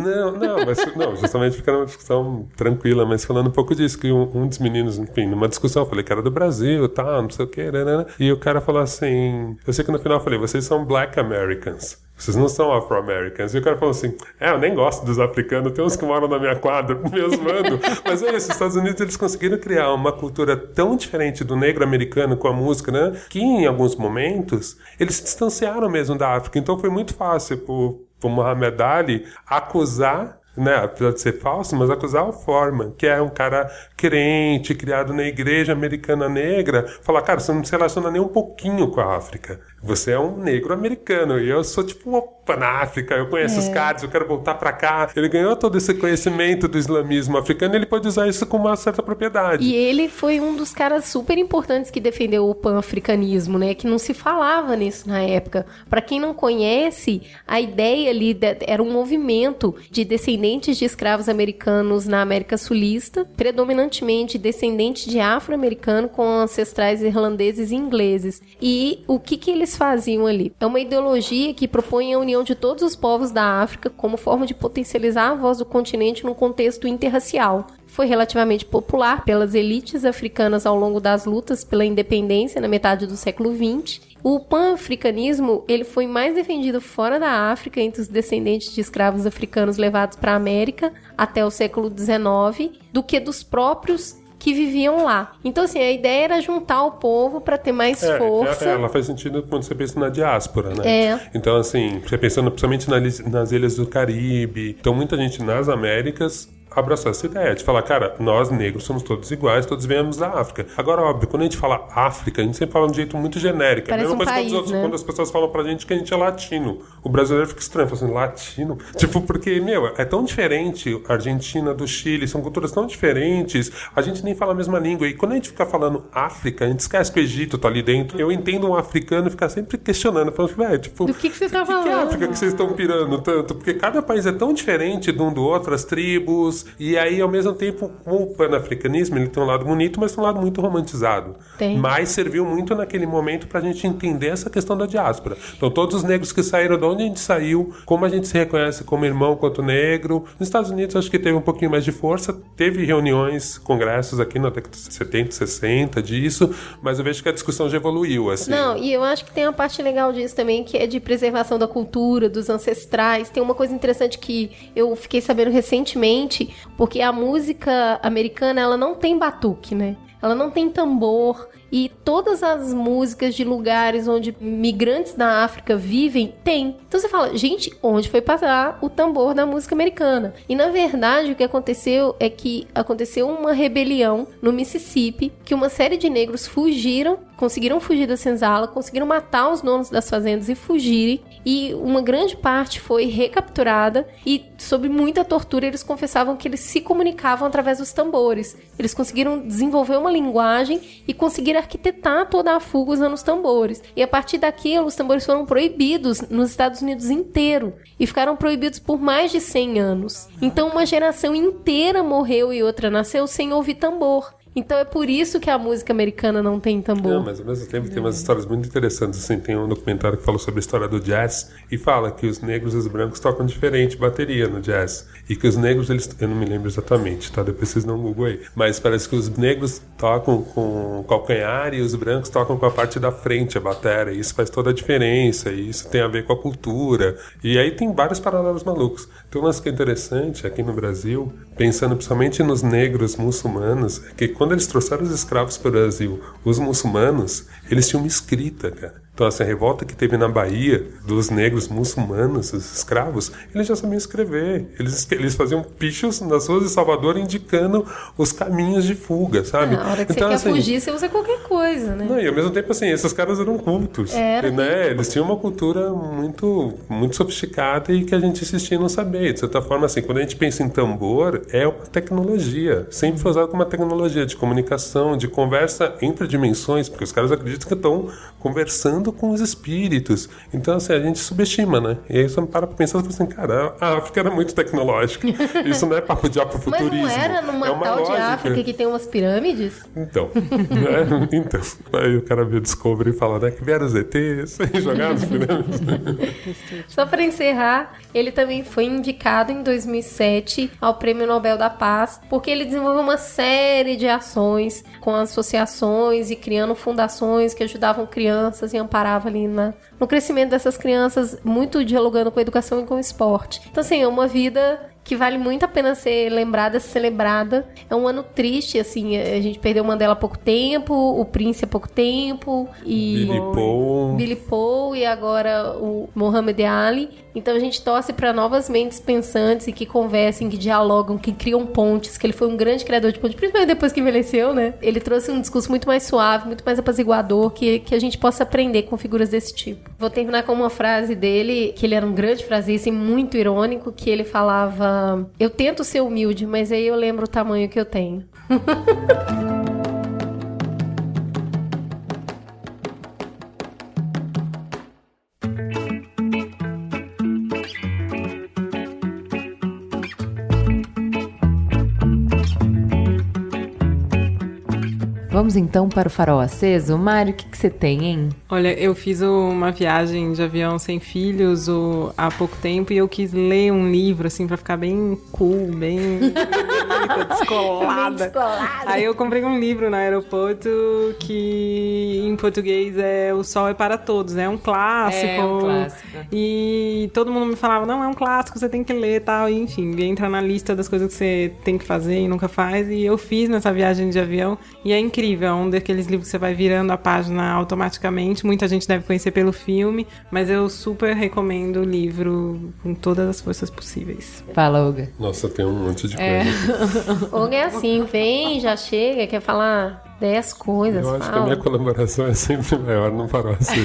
Não, justamente ficando uma discussão tranquila, mas falando um pouco disso, que um dos meninos, enfim, numa discussão, eu falei que era do Brasil, tá, não sei o que, né? E o cara falou assim, eu sei que no final eu falei, vocês são Black Americans. Vocês não são Afro-Americans. E o cara falou assim, eu nem gosto dos africanos, tem uns que moram na minha quadra, meus mando. Mas é isso, os Estados Unidos, eles conseguiram criar uma cultura tão diferente do negro americano com a música, né? Que em alguns momentos, eles se distanciaram mesmo da África. Então foi muito fácil pro Muhammad Ali acusar, né, apesar de ser falso, mas acusar o Foreman, que é um cara crente, criado na igreja americana negra, falar, cara, você não se relaciona nem um pouquinho com a África. Você é um negro americano e eu sou tipo pan-África, eu conheço os caras, eu quero voltar pra cá. Ele ganhou todo esse conhecimento do islamismo africano e ele pode usar isso com uma certa propriedade. E ele foi um dos caras super importantes que defendeu o pan-africanismo, né? Que não se falava nisso na época. Pra quem não conhece, a ideia ali era um movimento de descendentes de escravos americanos na América Sulista, predominantemente descendentes de afro-americano com ancestrais irlandeses e ingleses. E o que eles faziam ali? É uma ideologia que propõe a união de todos os povos da África como forma de potencializar a voz do continente num contexto interracial. Foi relativamente popular pelas elites africanas ao longo das lutas pela independência na metade do século XX. O pan-africanismo ele foi mais defendido fora da África entre os descendentes de escravos africanos levados para a América até o século XIX do que dos próprios que viviam lá. Então, assim, a ideia era juntar o povo para ter mais força. Ela faz sentido quando você pensa na diáspora, né? Então, assim, você pensando principalmente nas ilhas do Caribe. Então, muita gente nas Américas abraçou essa ideia de falar, cara, nós negros somos todos iguais, todos viemos da África. Agora, óbvio, quando a gente fala África, a gente sempre fala de um jeito muito genérico. Parece é a mesma um coisa país, né? quando as pessoas falam pra gente que a gente é latino. O brasileiro fica estranho, fala assim, latino? Tipo, porque, meu, é tão diferente a Argentina do Chile, são culturas tão diferentes, a gente nem fala a mesma língua. E quando a gente fica falando África, a gente esquece que o Egito tá ali dentro. Eu entendo um africano ficar sempre questionando, falando assim, tipo... Do que você tá falando? Que África que vocês estão pirando tanto? Porque cada país é tão diferente de um do outro, as tribos, e aí, ao mesmo tempo, o panafricanismo, ele tem um lado bonito, mas tem um lado muito romantizado. Tem. Mas serviu muito naquele momento pra gente entender essa questão da diáspora. Então, todos os negros que saíram, de onde a gente saiu, como a gente se reconhece como irmão quanto negro. Nos Estados Unidos, acho que teve um pouquinho mais de força, teve reuniões, congressos aqui na década de 70, 60 disso, mas eu vejo que a discussão já evoluiu, assim. Não, e eu acho que tem uma parte legal disso também, que é de preservação da cultura, dos ancestrais. Tem uma coisa interessante que eu fiquei sabendo recentemente, porque a música americana, ela não tem batuque, né? Ela não tem tambor. E todas as músicas de lugares onde migrantes da África vivem, tem. Então você fala, gente, onde foi parar o tambor da música americana? E na verdade o que aconteceu é que aconteceu uma rebelião no Mississippi, que uma série de negros fugiram, conseguiram fugir da senzala, conseguiram matar os donos das fazendas e fugirem. E uma grande parte foi recapturada e, sob muita tortura, eles confessavam que eles se comunicavam através dos tambores. Eles conseguiram desenvolver uma linguagem e conseguiram arquitetar toda a fuga usando os tambores. E a partir daquilo, os tambores foram proibidos nos Estados Unidos inteiro. E ficaram proibidos por mais de 100 anos. Então uma geração inteira morreu e outra nasceu sem ouvir tambor. Então é por isso que a música americana não tem tambor. Não, mas ao mesmo tempo tem umas histórias muito interessantes. Assim, tem um documentário que fala sobre a história do jazz e fala que os negros e os brancos tocam diferente bateria no jazz. E que os negros, eu não me lembro exatamente, tá? Depois vocês não Google aí. Mas parece que os negros tocam com o calcanhar e os brancos tocam com a parte da frente, a bateria. E isso faz toda a diferença. E isso tem a ver com a cultura. E aí tem vários paralelos malucos. Tem um lance que é interessante aqui no Brasil, pensando principalmente nos negros muçulmanos, é que quando eles trouxeram os escravos para o Brasil, os muçulmanos, eles tinham uma escrita, cara. Então, essa revolta que teve na Bahia dos negros muçulmanos, os escravos, eles já sabiam escrever. Eles faziam pichos nas ruas de Salvador indicando os caminhos de fuga, sabe? A hora que então, você quer fugir, você usa qualquer coisa, né? Não, e ao mesmo tempo, assim, esses caras eram cultos. Né? Eles tinham uma cultura muito, muito sofisticada e que a gente insistia em não saber. De certa forma, assim, quando a gente pensa em tambor, é uma tecnologia. Sempre foi usado como uma tecnologia de comunicação, de conversa entre dimensões, porque os caras acreditam que estão conversando com os espíritos. Então, assim, a gente subestima, né? E aí você para pra pensar e fala assim, cara, a África era muito tecnológica. Isso não é papo de afrofuturismo. Mas não era numa tal de África que tem umas pirâmides? Então, né? Então. Aí o cara vê o Discovery e fala, né? Que vieram os ETs e jogaram as pirâmides. Só para encerrar, ele também foi indicado em 2007 ao Prêmio Nobel da Paz, porque ele desenvolveu uma série de ações com associações e criando fundações que ajudavam crianças e amparavam ali no crescimento dessas crianças, muito dialogando com a educação e com o esporte. Então, assim, é uma vida que vale muito a pena ser lembrada, ser celebrada. É um ano triste, assim, a gente perdeu o Mandela há pouco tempo, o Prince há pouco tempo, e Billy Paul e agora o Muhammad Ali. Então a gente torce para novas mentes pensantes e que conversem, que dialogam, que criam pontes, que ele foi um grande criador de pontes, principalmente depois que envelheceu, né? Ele trouxe um discurso muito mais suave, muito mais apaziguador, que a gente possa aprender com figuras desse tipo. Vou terminar com uma frase dele, que ele era um grande frasista e muito irônico, que ele falava: eu tento ser humilde, mas aí eu lembro o tamanho que eu tenho. Vamos então para o Farol Aceso. Mário, o que você tem, hein? Olha, eu fiz uma viagem de avião sem filhos há pouco tempo e eu quis ler um livro, assim, pra ficar bem cool, bem doida, descolada. Descolada. Aí eu comprei um livro no aeroporto que em português é O Sol é para Todos, é um clássico. É um clássico. E todo mundo me falava, não, é um clássico, você tem que ler e tal. E, enfim, entra na lista das coisas que você tem que fazer e nunca faz. E eu fiz nessa viagem de avião. E é incrível, é um daqueles livros que você vai virando a página automaticamente. Muita gente deve conhecer pelo filme, mas eu super recomendo o livro com todas as forças possíveis. Fala, Olga. Nossa, tem um monte de coisa. Olga é assim, vem, já chega, quer falar 10 coisas. Eu acho que a fala. minha colaboração é sempre maior no Faroeste.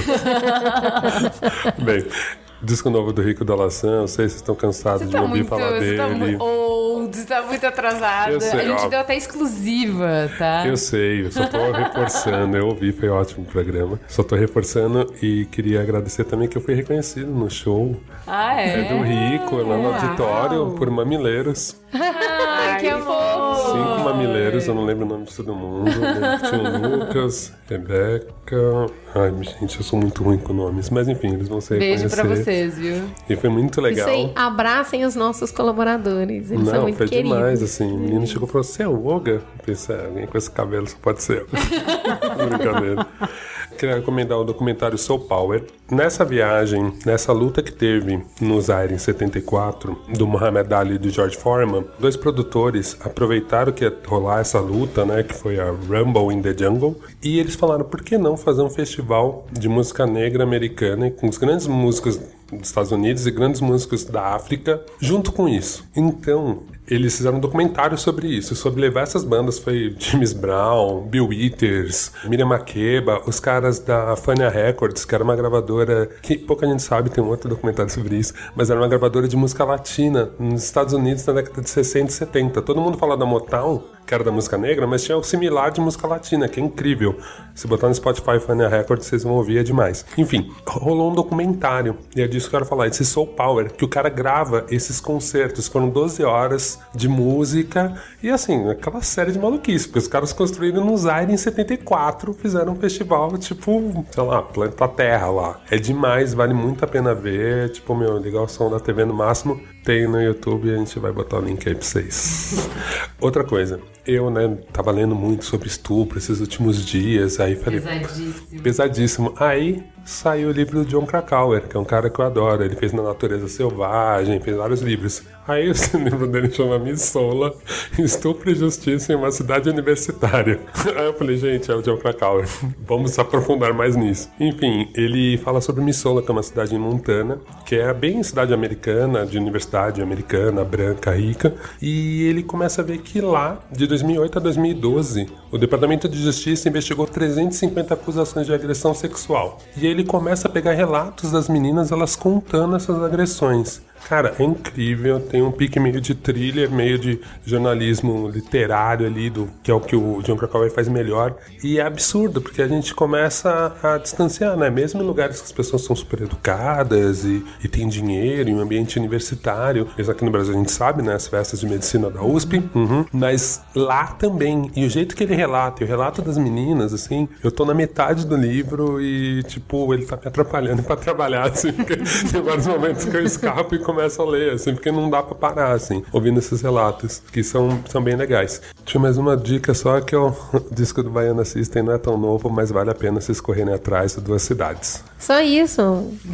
Bem, disco novo do Rico da Laçã, eu sei se vocês estão cansados de ouvir falar dele. Você tá muito old, você tá muito atrasada. Eu sei, a gente ó. deu até exclusiva, tá? Eu sei, eu só tô reforçando. Eu ouvi, foi ótimo o programa. Só tô reforçando e queria agradecer também que eu fui reconhecido no show. Ah, é? É do Rico, lá no auditório, por mamileiros. Ai, que fofo. 5 mamileiros, eu não lembro o nome de todo mundo. Tinha o Lucas, Rebeca. Ai, gente, eu sou muito ruim com nomes. Mas enfim, eles vão ser Beijo reconhecer. pra vocês, viu? E foi muito legal. Isso aí, abracem os nossos colaboradores. Eles são Não, muito foi queridos. demais, assim. O menino chegou e falou, você é o Olga? Eu pensei, alguém com esse cabelo só pode ser. Brincadeira. Queria recomendar o documentário Soul Power. Nessa viagem, nessa luta que teve no Zaire em 74, do Muhammad Ali e do George Foreman, 2 produtores aproveitaram que ia rolar essa luta, né, que foi a Rumble in the Jungle, e eles falaram, por que não fazer um festival de música negra americana com os grandes músicos dos Estados Unidos e grandes músicos da África junto com isso. Então, eles fizeram um documentário sobre isso, sobre levar essas bandas, foi James Brown, Bill Withers, Miriam Makeba, os caras da Fania Records, que era uma gravadora que pouca gente sabe, tem um outro documentário sobre isso, mas era uma gravadora de música latina nos Estados Unidos na década de 60 e 70. Todo mundo fala da Motown, que era da música negra, mas tinha o similar de música latina, que é incrível. Se botar no Spotify Fania Records, vocês vão ouvir, é demais. Enfim, rolou um documentário, e é disso que eu quero falar, esse Soul Power, que o cara grava esses concertos, foram 12 horas de música, e assim, aquela série de maluquice, porque os caras construíram no Zaire em 74, fizeram um festival, tipo, sei lá, Planeta Terra lá. É demais, vale muito a pena ver, tipo, meu, ligar o som da TV no máximo, tem no YouTube e a gente vai botar o link aí pra vocês. Outra coisa, eu, né, tava lendo muito sobre estupro esses últimos dias, aí falei... Pesadíssimo. Aí saiu o livro do Jon Krakauer, que é um cara que eu adoro. Ele fez Na Natureza Selvagem, fez vários livros. Aí esse livro dele chama Missoula, Estupro e Justiça em uma Cidade Universitária. Aí eu falei, gente, é o Jon Krakauer, vamos aprofundar mais nisso. Enfim, ele fala sobre Missoula, que é uma cidade em Montana, que é bem cidade americana, de universidade americana, branca, rica. E ele começa a ver que lá, de 2008 a 2012, o Departamento de Justiça investigou 350 acusações de agressão sexual. E ele começa a pegar relatos das meninas, elas contando essas agressões. Cara, é incrível, tem um pique meio de thriller, meio de jornalismo literário ali, que é o que o Jon Krakauer faz melhor. E é absurdo, porque a gente começa a distanciar, né? Mesmo em lugares que as pessoas são super educadas e têm dinheiro, em um ambiente universitário. Isso aqui no Brasil a gente sabe, né? As festas de medicina da USP. Mas lá também. E o jeito que ele relata, e o relato das meninas, assim, eu tô na metade do livro e, tipo, ele tá me atrapalhando pra trabalhar, assim, porque tem vários momentos que eu escapo e começo a ler, assim, porque não dá pra parar, assim, ouvindo esses relatos, que são bem legais. Tinha mais uma dica só, que o disco do Baiana System não é tão novo, mas vale a pena vocês correrem atrás de 2 cidades. Só isso.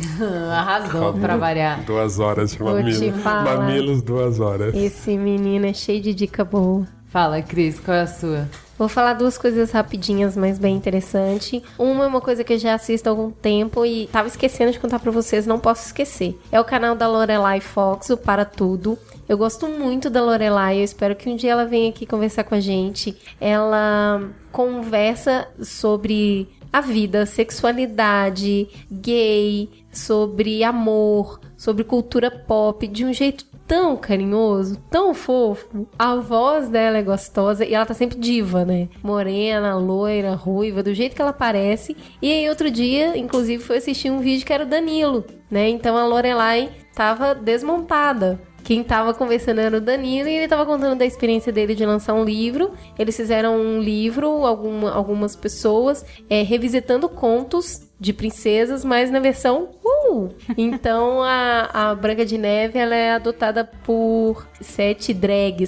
Arrasou pra variar. 2 horas de Vou te falar. Mamilos, 2 horas. Esse menino é cheio de dica boa. Fala, Cris, qual é a sua? Vou falar 2 coisas rapidinhas, mas bem interessante. Uma é uma coisa que eu já assisto há algum tempo e tava esquecendo de contar pra vocês, não posso esquecer. É o canal da Lorelai Fox, o Para Tudo. Eu gosto muito da Lorelai, eu espero que um dia ela venha aqui conversar com a gente. Ela conversa sobre a vida, sexualidade, gay, sobre amor, sobre cultura pop, de um jeito tão carinhoso, tão fofo. A voz dela é gostosa e ela tá sempre diva, né? Morena, loira, ruiva, do jeito que ela parece. E aí outro dia, inclusive, foi assistir um vídeo que era o Danilo, né? Então a Lorelai tava desmontada. Quem tava conversando era o Danilo e ele tava contando da experiência dele de lançar um livro. Eles fizeram um livro, algumas pessoas, revisitando contos de princesas, mas na versão Então a Branca de Neve, ela é adotada por 7 drags.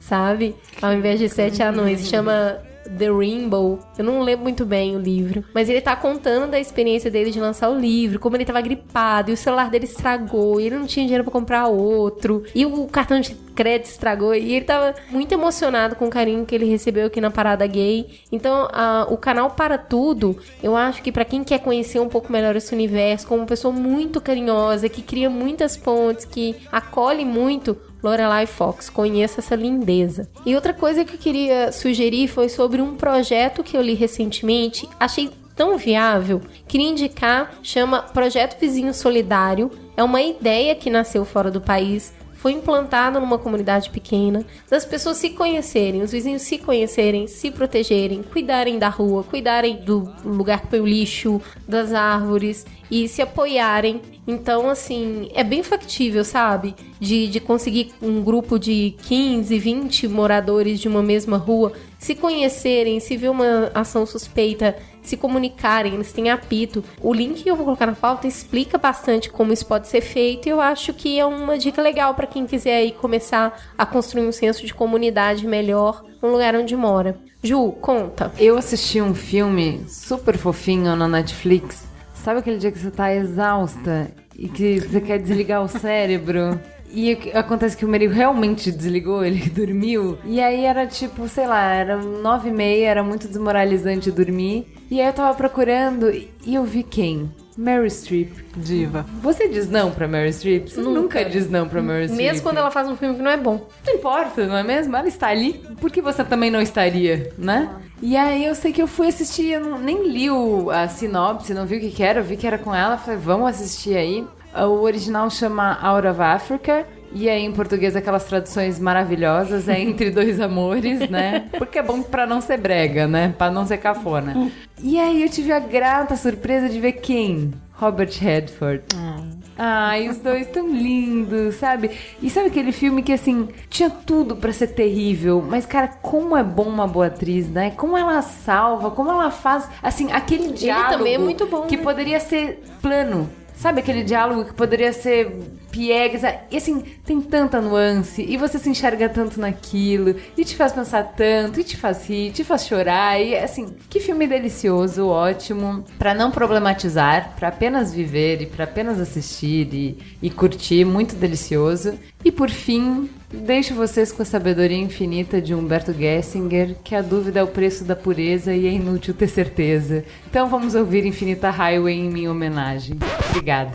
sabe? Ao invés de 7 anões. Chama The Rainbow. Eu não lembro muito bem o livro. Mas ele tá contando da experiência dele de lançar o livro, como ele tava gripado, e o celular dele estragou, e ele não tinha dinheiro pra comprar outro, e o cartão de crédito estragou, e ele tava muito emocionado com o carinho que ele recebeu aqui na Parada Gay. Então, o canal Para Tudo, eu acho que pra quem quer conhecer um pouco melhor esse universo, como uma pessoa muito carinhosa, que cria muitas pontes, que acolhe muito, Lorelai Fox, conheça essa lindeza. E outra coisa que eu queria sugerir foi sobre um projeto que eu li recentemente, achei tão viável, queria indicar, chama Projeto Vizinho Solidário, é uma ideia que nasceu fora do país, foi implantado numa comunidade pequena, das pessoas se conhecerem, os vizinhos se conhecerem, se protegerem, cuidarem da rua, cuidarem do lugar que põe o lixo, das árvores e se apoiarem. Então, assim, é bem factível, sabe? De conseguir um grupo de 15, 20 moradores de uma mesma rua se conhecerem, se ver uma ação suspeita, se comunicarem, eles têm apito. O link que eu vou colocar na pauta explica bastante como isso pode ser feito e eu acho que é uma dica legal para quem quiser aí começar a construir um senso de comunidade melhor no lugar onde mora. Ju, conta. Eu assisti um filme super fofinho na Netflix. Sabe aquele dia que você tá exausta e que você quer desligar o cérebro? E acontece que o Merigo realmente desligou, ele dormiu. E aí era tipo, sei lá, era 9h30, era muito desmoralizante dormir. E aí eu tava procurando e eu vi quem? Meryl Streep. Diva. Você diz não pra Meryl Streep? Você nunca diz não pra Meryl Streep. Mesmo quando ela faz um filme que não é bom. Não importa, não é mesmo? Ela está ali. Por que você também não estaria, né? E aí eu sei que eu fui assistir, eu nem li a sinopse, não vi o que era, eu vi que era com ela, falei, vamos assistir aí. O original chama Out of Africa. E aí, em português, aquelas traduções maravilhosas, é Entre Dois Amores, né? Porque é bom pra não ser brega, né? Pra não ser cafona. E aí, eu tive a grata surpresa de ver quem? Robert Redford. Ai, os dois tão lindos, sabe? E sabe aquele filme que, assim, tinha tudo pra ser terrível, mas, cara, como é bom uma boa atriz, né? Como ela salva, como ela faz, assim, aquele diálogo... Ele também é muito bom, que poderia ser plano. Sabe aquele diálogo que poderia ser piegas? E assim, tem tanta nuance, e você se enxerga tanto naquilo, e te faz pensar tanto, e te faz rir, te faz chorar, e assim, que filme delicioso, ótimo, pra não problematizar, pra apenas viver e pra apenas assistir e curtir, muito delicioso. E por fim, deixo vocês com a sabedoria infinita de Humberto Gessinger, que a dúvida é o preço da pureza e é inútil ter certeza. Então vamos ouvir Infinita Highway em minha homenagem. Obrigada.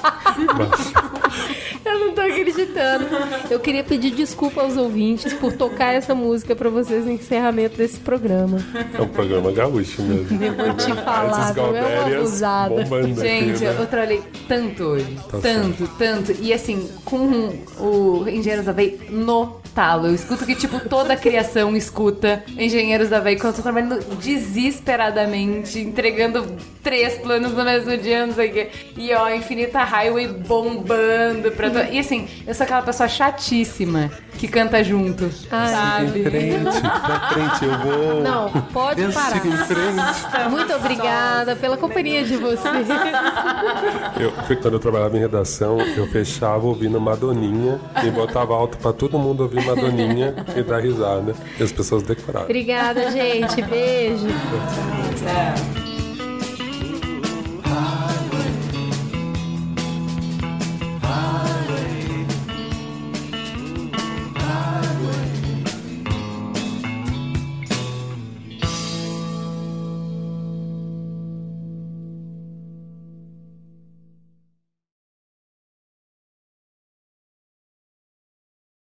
Eu não tô acreditando. Eu queria pedir desculpa aos ouvintes por tocar essa música pra vocês no encerramento desse programa. É um programa gaúcho mesmo. Eu vou te falar, não é uma abusada. Gente, aqui, né? eu trabalhei tanto hoje. Tá tanto. E assim, com o Engenheiros da Havaí no talo. Eu escuto que, tipo, toda a criação escuta Engenheiros da Havaí quando eu tô trabalhando desesperadamente, entregando 3 planos no mesmo dia, não sei o quê. E ó, Infinita Highway bombando pra... E assim, eu sou aquela pessoa chatíssima que canta junto, sabe? Pra frente, eu vou... Não, pode parar. Siga em frente. Muito obrigada pela companhia de vocês. Quando eu trabalhava em redação, eu fechava ouvindo Madoninha e botava alto pra todo mundo ouvir Madoninha e dar risada. E as pessoas decoravam. Obrigada, gente. Beijo. É.